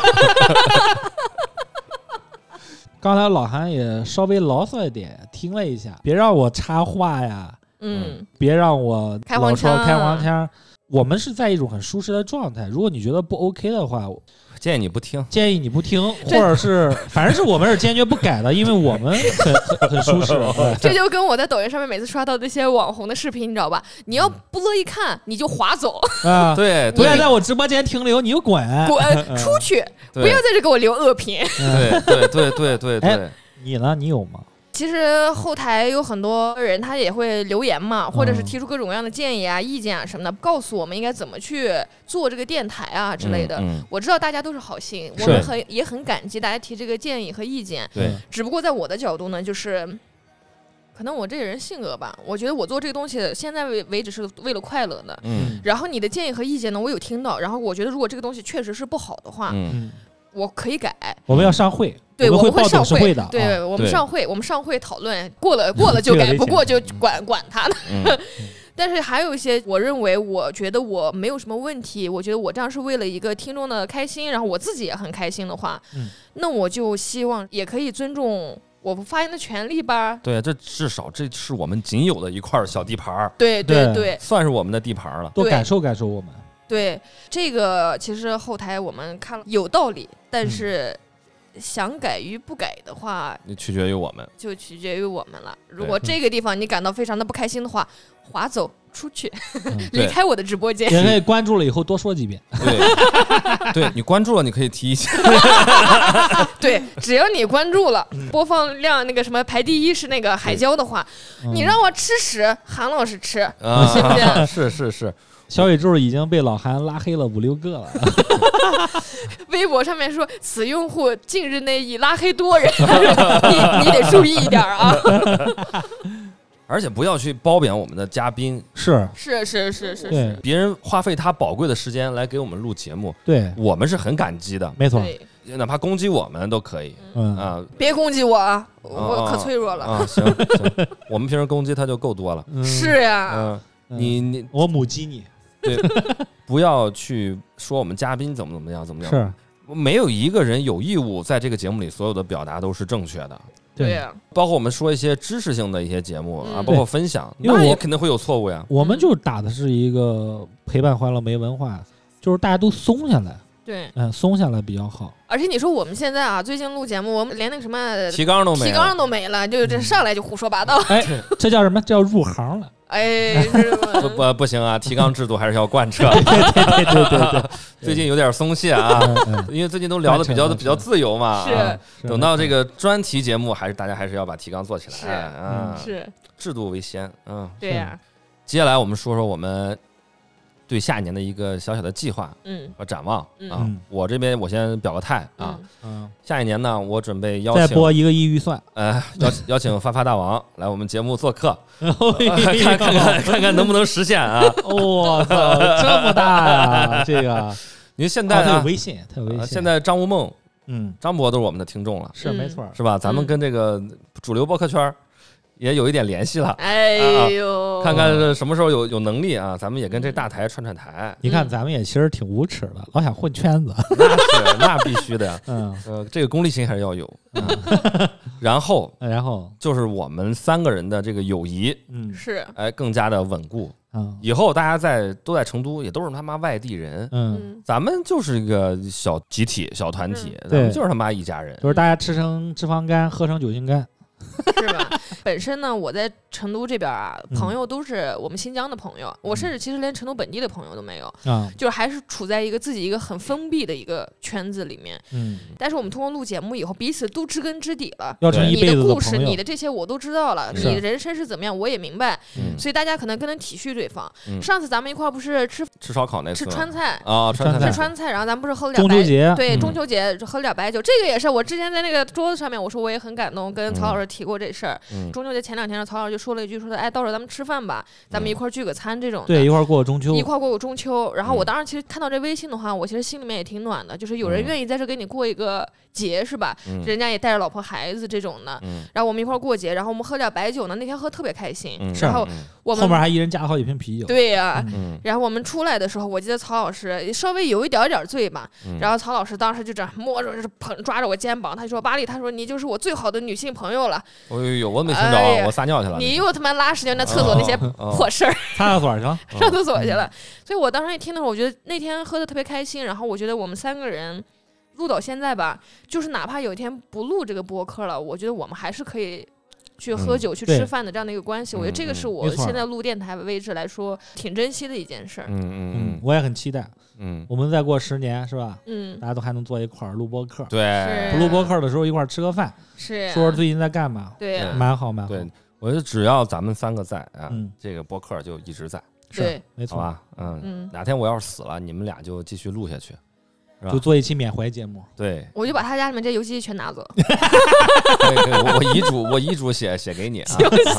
B: 刚才老韩也稍微牢骚一点，听了一下，别让我插话呀。
C: 嗯，
B: 别让我
C: 开黄腔，
B: 开黄腔。我们是在一种很舒适的状态，如果你觉得不 OK 的话，
A: 建议你不听，
B: 建议你不听，或者是反正是我们是坚决不改的，因为我们很很很舒适。
C: 这就跟我在抖音上面每次刷到那些网红的视频，你知道吧？你要不乐意看，你就划走
B: 啊！
A: 对，
B: 不要在我直播间停留，你就滚
C: 滚出去，不要在这给我留恶评。
A: 对对对对对对。
B: 哎，你呢？你有吗？
C: 其实后台有很多人，他也会留言嘛，或者是提出各种各样的建议啊、意见啊什么的，告诉我们应该怎么去做这个电台啊之类的。
A: 嗯嗯、
C: 我知道大家都是好心，我们很也很感激大家提这个建议和意见。
A: 对，
C: 只不过在我的角度呢，就是可能我这个人性格吧，我觉得我做这个东西现在为为止是为了快乐的。
A: 嗯。
C: 然后你的建议和意见呢，我有听到，然后我觉得如果这个东西确实是不好的话，
A: 嗯。
C: 我可以改，
B: 我们要上会，
C: 对，
B: 我
C: 们会上
B: 会的，
C: 对，
B: 啊、
C: 我们上会，我们上会讨论，过了过了就改，不过就管管他的。
A: 嗯、
C: 但是还有一些，我认为，我觉得我没有什么问题，我觉得我这样是为了一个听众的开心，然后我自己也很开心的话，
B: 嗯、
C: 那我就希望也可以尊重我发言的权利吧。
A: 对，这至少这是我们仅有的一块小地盘儿。
C: 对对对，
A: 算是我们的地盘了。
B: 多感受感受我们。
C: 对，这个其实后台我们看了有道理，但是想改与不改的话，
A: 嗯、取决于我们，
C: 就取决于我们了。如果这个地方你感到非常的不开心的话，划走出去，
B: 嗯
C: 离开我的直播间。
B: 也可以关注了以后多说几遍。
A: 对，对你关注了，你可以提一下。
C: 对，只要你关注了，播放量那个什么排第一是那个海椒的话，
B: 嗯
C: 你让我吃屎，韩老师吃，
A: 啊，
C: 信不信？
A: 是是是，
B: 小宇宙已经被老韩拉黑了五六个了。
C: 微博上面说此用户近日内已拉黑多人，你你得注意一点啊。
A: 而且不要去褒贬我们的嘉宾，
B: 是
C: 是是是是
B: 对
C: 是，
A: 别人花费他宝贵的时间来给我们录节目，
B: 对，
A: 我们是很感激的，
B: 没错。
C: 对，
A: 哪怕攻击我们都可以
B: 嗯
A: 啊
C: 别攻击我啊，
A: 哦
C: 我可脆弱了。
A: 啊！行行，我们平时攻击他就够多了。
B: 嗯
C: 是呀，
A: 嗯，
B: 嗯
A: 你你
B: 我母鸡你
A: 对，不要去说我们嘉宾怎么怎么样怎么样，
B: 是
A: 没有一个人有义务在这个节目里所有的表达都是正确的。
C: 对呀，
A: 包括我们说一些知识性的一些节目啊，
C: 嗯
A: 包括分享，
B: 因为我
A: 那也肯定会有错误呀。
B: 我们就打的是一个陪伴欢乐没文化，就是大家都松下来，
C: 对。
B: 嗯，松下来比较好。
C: 而且你说我们现在啊，最近录节目，我们连那个什么
A: 提纲都没有，
C: 提纲都没了，就这上来就胡说八道。
B: 哎，这叫什么？这叫入行了。
C: 哎，是
A: 不
C: 吗？
A: 不不行啊，提纲制度还是要贯彻。
B: 对对对对对，
A: 最近有点松懈啊，
B: 嗯嗯
A: 因为最近都聊的比较
B: 贯彻
A: 比较自由嘛。
C: 是
A: 啊
B: 是
A: 等到这个专题节目，还是大家还是要把提纲做起
C: 是
A: 来啊，
C: 是，
A: 制度为先。嗯，
C: 对呀，
A: 接下来我们说说我们对下一年的一个小小的计划
C: 嗯
A: 和展望
C: 嗯
A: 啊
B: 嗯。
A: 我这边我先表个态啊，
C: 嗯
B: 嗯，
A: 下一年呢，我准备邀请
B: 再拨一个亿预算，
A: 呃邀邀请发发大王来我们节目做客，
B: 看
A: 看看看看看能不能实现啊。
B: 我操，这么大呀！这个，
A: 您现
B: 哦他有
A: 在啊，
B: 微信，他有微信。
A: 呃现在张无梦、
B: 嗯，
A: 张博都是我们的听众了，
C: 嗯
B: 是没错。
A: 是吧？咱们
C: 嗯
A: 跟这个主流播客圈儿也有一点联系了。
C: 哎呦，
A: 看看这什么时候有有能力啊，咱们也跟这大台串串台。
B: 你看，咱们也其实挺无耻的，老想混圈子。
A: 那是那必须的呀，
B: 嗯，
A: 呃，这个功利心还是要有。啊然后
B: 然后，
A: 就是我们三个人的这个友谊，
B: 嗯
C: 是，
A: 哎，更加的稳固。
B: 嗯
A: 以后大家在都在成都，也都是他妈外地人，
B: 嗯，
C: 嗯，
A: 咱们就是一个小集体、小团体，咱
B: 对
A: 们就是他妈一家人。
B: 就是大家吃成脂肪肝，喝成酒精肝。
C: 是吧？本身呢，我在成都这边啊，
B: 嗯
C: 朋友都是我们新疆的朋友，我甚至其实连成都本地的朋友都没有，
B: 啊，
C: 就是还是处在一个自己一个很封闭的一个圈子里面。
B: 嗯，
C: 但是我们通过录节目以后，彼此都知根知底了。
B: 要成一
C: 你
B: 辈子的
C: 的故事，
B: 朋友。
C: 你的这些我都知道了，
B: 是
C: 你的人生是怎么样，我也明白，
A: 嗯，
C: 所以大家可能更能体恤对方。
A: 嗯
C: 上次咱们一块儿不是吃
A: 吃烧烤那次
C: 吃川菜，
A: 啊，川菜
B: 川菜
C: 吃川菜，然后咱们不是喝了点白
B: 中秋节，
C: 对，
B: 嗯
C: 中秋节喝了点白酒，这个也是我之前在那个桌子上面，我说我也很感动，跟曹老师提过这事儿。
A: 嗯
C: 中秋节前两天，曹老师就说了一句，说的哎，到时候咱们吃饭吧，咱们一块儿聚个餐这种的。
B: 对，一块儿过中秋
C: 一。块儿过个中秋，然后我
A: 嗯
C: 当时其实看到这微信的话，我其实心里面也挺暖的，就是有人
A: 嗯
C: 愿意在这给你过一个节，是吧？
A: 嗯
C: 人家也带着老婆孩子这种的，
A: 嗯
C: 然后我们一块儿过节，然后我们喝点白酒呢，那天喝特别开心，
A: 嗯，
C: 然后
A: 嗯
C: 我们
B: 后面还一人加了好几瓶啤酒。
C: 对呀、
B: 嗯
A: 嗯
C: 然后我们出来的时候，我记得曹老师稍微有一点点醉吧，
A: 嗯，
C: 然后曹老师当时就这样摸着，就是捧抓着我肩膀，他说：“巴黎，他说你就是我最好的女性朋友了。
A: 哦呦呦，我没听着啊，
C: 哎呀
A: 我撒尿去了。
C: 你又他妈拉屎就那厕所那些
A: 哦哦
C: 破事儿，
B: 擦厕所去了。
C: 上厕所去了。”所以我当时一听的时候，我觉得那天喝的特别开心。然后我觉得我们三个人录到现在吧，就是哪怕有一天不录这个播客了，我觉得我们还是可以。去喝酒、去
B: 对
C: 吃饭的这样的一个关系，我觉得这个是我
B: 没错
C: 现在录电台为止来说挺珍惜的一件事儿。
A: 嗯嗯
B: 嗯
A: 嗯，
B: 我也很期待，
A: 嗯，
B: 我们再过十年是吧？
C: 嗯，
B: 大家都还能坐一块儿录播客。
A: 对
C: 是
B: 不录播客的时候一块儿吃个饭，
C: 是呀
B: 说说最近在干嘛，
C: 对呀、
B: 蛮好蛮好。
A: 对，我觉得只要咱们三个在啊
B: 嗯，
A: 这个播客就一直在，
B: 是
C: 对，
B: 没错，
A: 好吧？嗯，
C: 嗯，
A: 哪天我要是死了，你们俩就继续录下去，是吧
B: 就？做一期缅怀节目。
A: 对，
C: 我就把他家里面这游戏机全拿走。
A: 可以可以，我我遗嘱我遗嘱写写给你啊。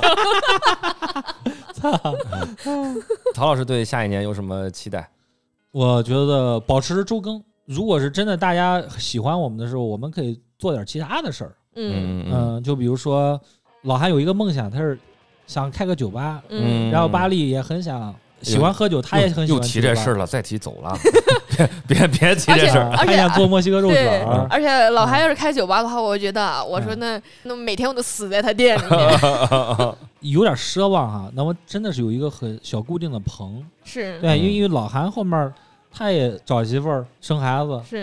A: 曹老师对下一年有什么期待？
B: 我觉得保持周更，如果是真的大家喜欢我们的时候，我们可以做点其他的事儿。
C: 嗯
B: 嗯、就比如说老韩有一个梦想，他是想开个酒吧，
C: 嗯
B: 然后巴力也很想喜欢喝酒，他也很喜
A: 又
B: 欢
A: 提这事儿
B: 了。
A: 了，再提走了，别别别提这事儿。
B: 他想做墨西哥肉
C: 对
B: 卷儿，
C: 而且老韩要是开酒吧的话，我觉得啊我说那那每天我都死在他店里面。
B: 有点奢望哈。那么真的是有一个很小固定的棚，
C: 是
B: 对，因为
A: 嗯
B: 因为老韩后面他也找媳妇儿生孩子，
C: 是，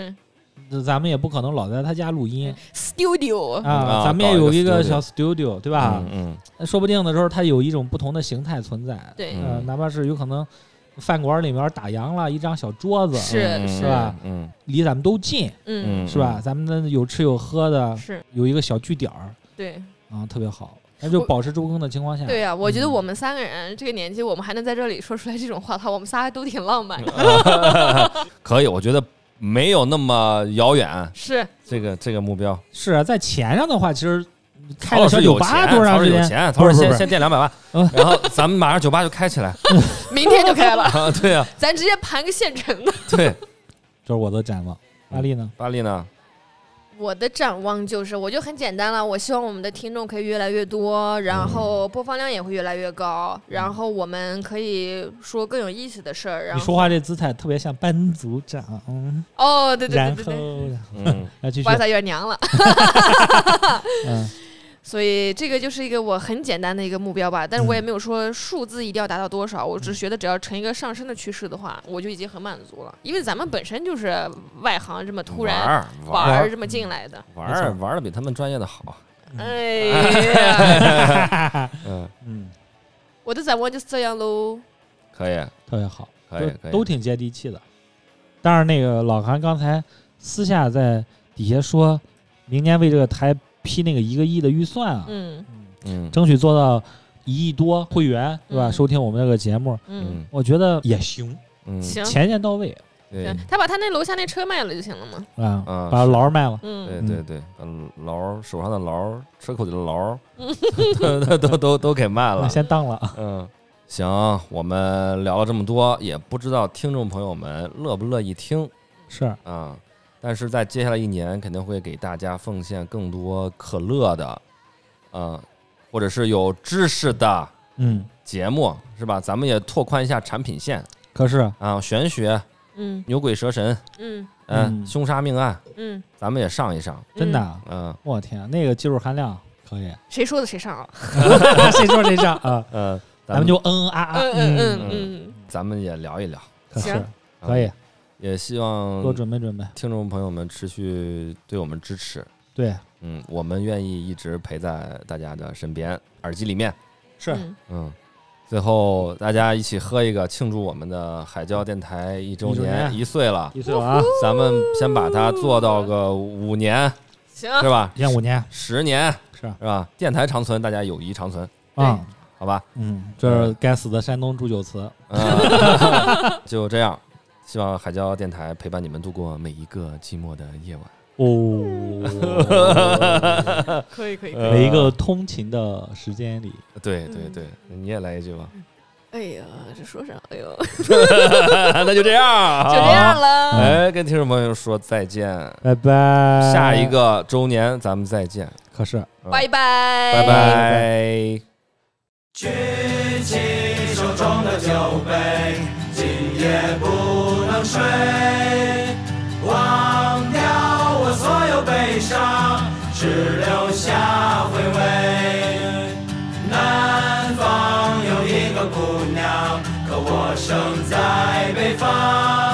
B: 咱们也不可能老在他家录音
C: studio
B: 啊，
A: 啊
B: 咱们也有一
A: 搞一个
B: 个小 studio， 对吧？
A: 嗯
B: 那说不定的时候，它有一种不同的形态存在。
C: 对
A: 嗯
B: 呃，哪怕是有可能饭馆里面打烊了，一张小桌子，
C: 是
A: 嗯
C: 是
B: 吧？
A: 嗯
B: 离咱们都近，
C: 嗯
A: 嗯，
B: 是吧？咱们的有吃有喝的，
C: 是
B: 有一个小据点儿，
C: 对
B: 啊，特别好。那就
C: 我
B: 保持周更的情况下，
C: 对呀、我觉得
B: 嗯
C: 我们三个人这个年纪，我们还能在这里说出来这种话，他我们仨还都挺浪漫的。
A: 可以，我觉得没有那么遥远，
C: 是
A: 这个这个目标。
B: 是啊，在钱上的话，其实开
A: 曹老师有
B: 了小酒吧
A: 钱，曹
B: 多长时间？
A: 老师有钱，曹老师先
B: 不是不是
A: 先垫两百万
B: 嗯，
A: 然后咱们马上酒吧就开起来
C: 明天就开了，
A: 啊！对呀，
C: 咱直接盘个现成的。
A: 对，
B: 这是我的展望。阿丽呢？
A: 巴黎呢？
C: 我的展望就是，我就很简单了，我希望我们的听众可以越来越多，然后播放量也会越来越高，然后我们可以说更有意思的事儿。然后
B: 你说话这姿态特别像班组长，嗯，
C: 哦，对对
B: 然后
C: 对对对，
A: 嗯
B: 来继续
C: 不好意，思，有点娘了。
B: 嗯，
C: 所以这个就是一个我很简单的一个目标吧，但是我也
B: 嗯
C: 没有说数字一定要达到多少，我只是觉得只要呈一个上升的趋势的话，我就已经很满足了。因为咱们本身就是外行这么突然
A: 玩儿
C: 玩
A: 玩儿
C: 儿这么进来的，
A: 玩儿玩的比他们专业的好。
C: 哎呀，
A: 嗯，
B: 嗯，
C: 我的展望就是这样喽。
A: 可以，
B: 特别好，
A: 可以可以
B: 都都挺接地气的。当然，那个老韩刚才私下在底下说，明年为这个台批那个一个亿的预算啊，
C: 嗯
A: 嗯
B: 争取做到一亿多会员，对吧？
C: 嗯
B: 收听我们这个节目，
C: 嗯，
A: 嗯
B: 我觉得也行，
A: 嗯，
C: 行，
B: 钱先到位
A: 对
C: 行他把他那楼下那车卖了就行了嘛。
B: 啊，
A: 嗯
B: 把劳儿卖了，
C: 嗯，
A: 对对对，把劳儿手上的劳儿，车口里的劳儿，都都都都给卖了。
B: 先当了啊。
A: 嗯，行，我们聊了这么多，也不知道听众朋友们乐不乐意听
B: 是，
A: 啊。但是在接下来一年，肯定会给大家奉献更多可乐的，嗯，或者是有知识的
B: 嗯，
A: 节目，是吧？咱们也拓宽一下产品线
B: 可是，
A: 啊，玄学、
C: 嗯
A: 牛鬼蛇神，
C: 嗯
A: 嗯，
B: 嗯
A: 凶杀命案，
C: 嗯，
A: 咱们也上一上，
B: 真的啊，
A: 嗯
B: 我天，那个技术含量可以，
C: 谁说的谁上啊？
B: 谁说谁上啊？
A: 嗯，
B: 咱们就嗯嗯啊啊，
C: 嗯嗯嗯嗯，
A: 咱们也聊一聊，
B: 可是
C: 行
B: 可以，
A: 也希望
B: 多准备准备。
A: 听众朋友们持续对我们支持。
B: 对，
A: 嗯，我们愿意一直陪在大家的身边，耳机里面。
B: 是
C: 嗯
A: 嗯，最后大家一起喝一个，庆祝我们的海椒电台一周
B: 一周
A: 年
B: 年
A: 一岁了。
B: 一岁了啊，
A: 咱们先把它做到个五年，
C: 行，
A: 是吧？
B: 先五年
A: 十年
B: 是
A: 是吧？电台长存，大家友谊长存，
B: 啊，
A: 好吧？
B: 嗯，这是该死的山东祝酒词，
A: 嗯，就这样。希望海椒电台陪伴你们度过每一个寂寞的夜晚。
B: 哦，
C: 可以可以。
A: 呃
B: 每一个通勤的时间里，
A: 对对对，你也来一句吧。
C: 哎呀，这说啥？哎呦，
A: 那就这样啊，
C: 就这样了。
A: 哎，跟听众朋友说再见，
B: 拜拜。
A: 下一个周年咱们再见，
B: 可是。
C: 拜拜，
A: 拜拜。
E: 举起手中的酒杯，今夜不能睡，忘掉我所有悲伤，只留下回味。南方有一个姑娘，可我生在北方。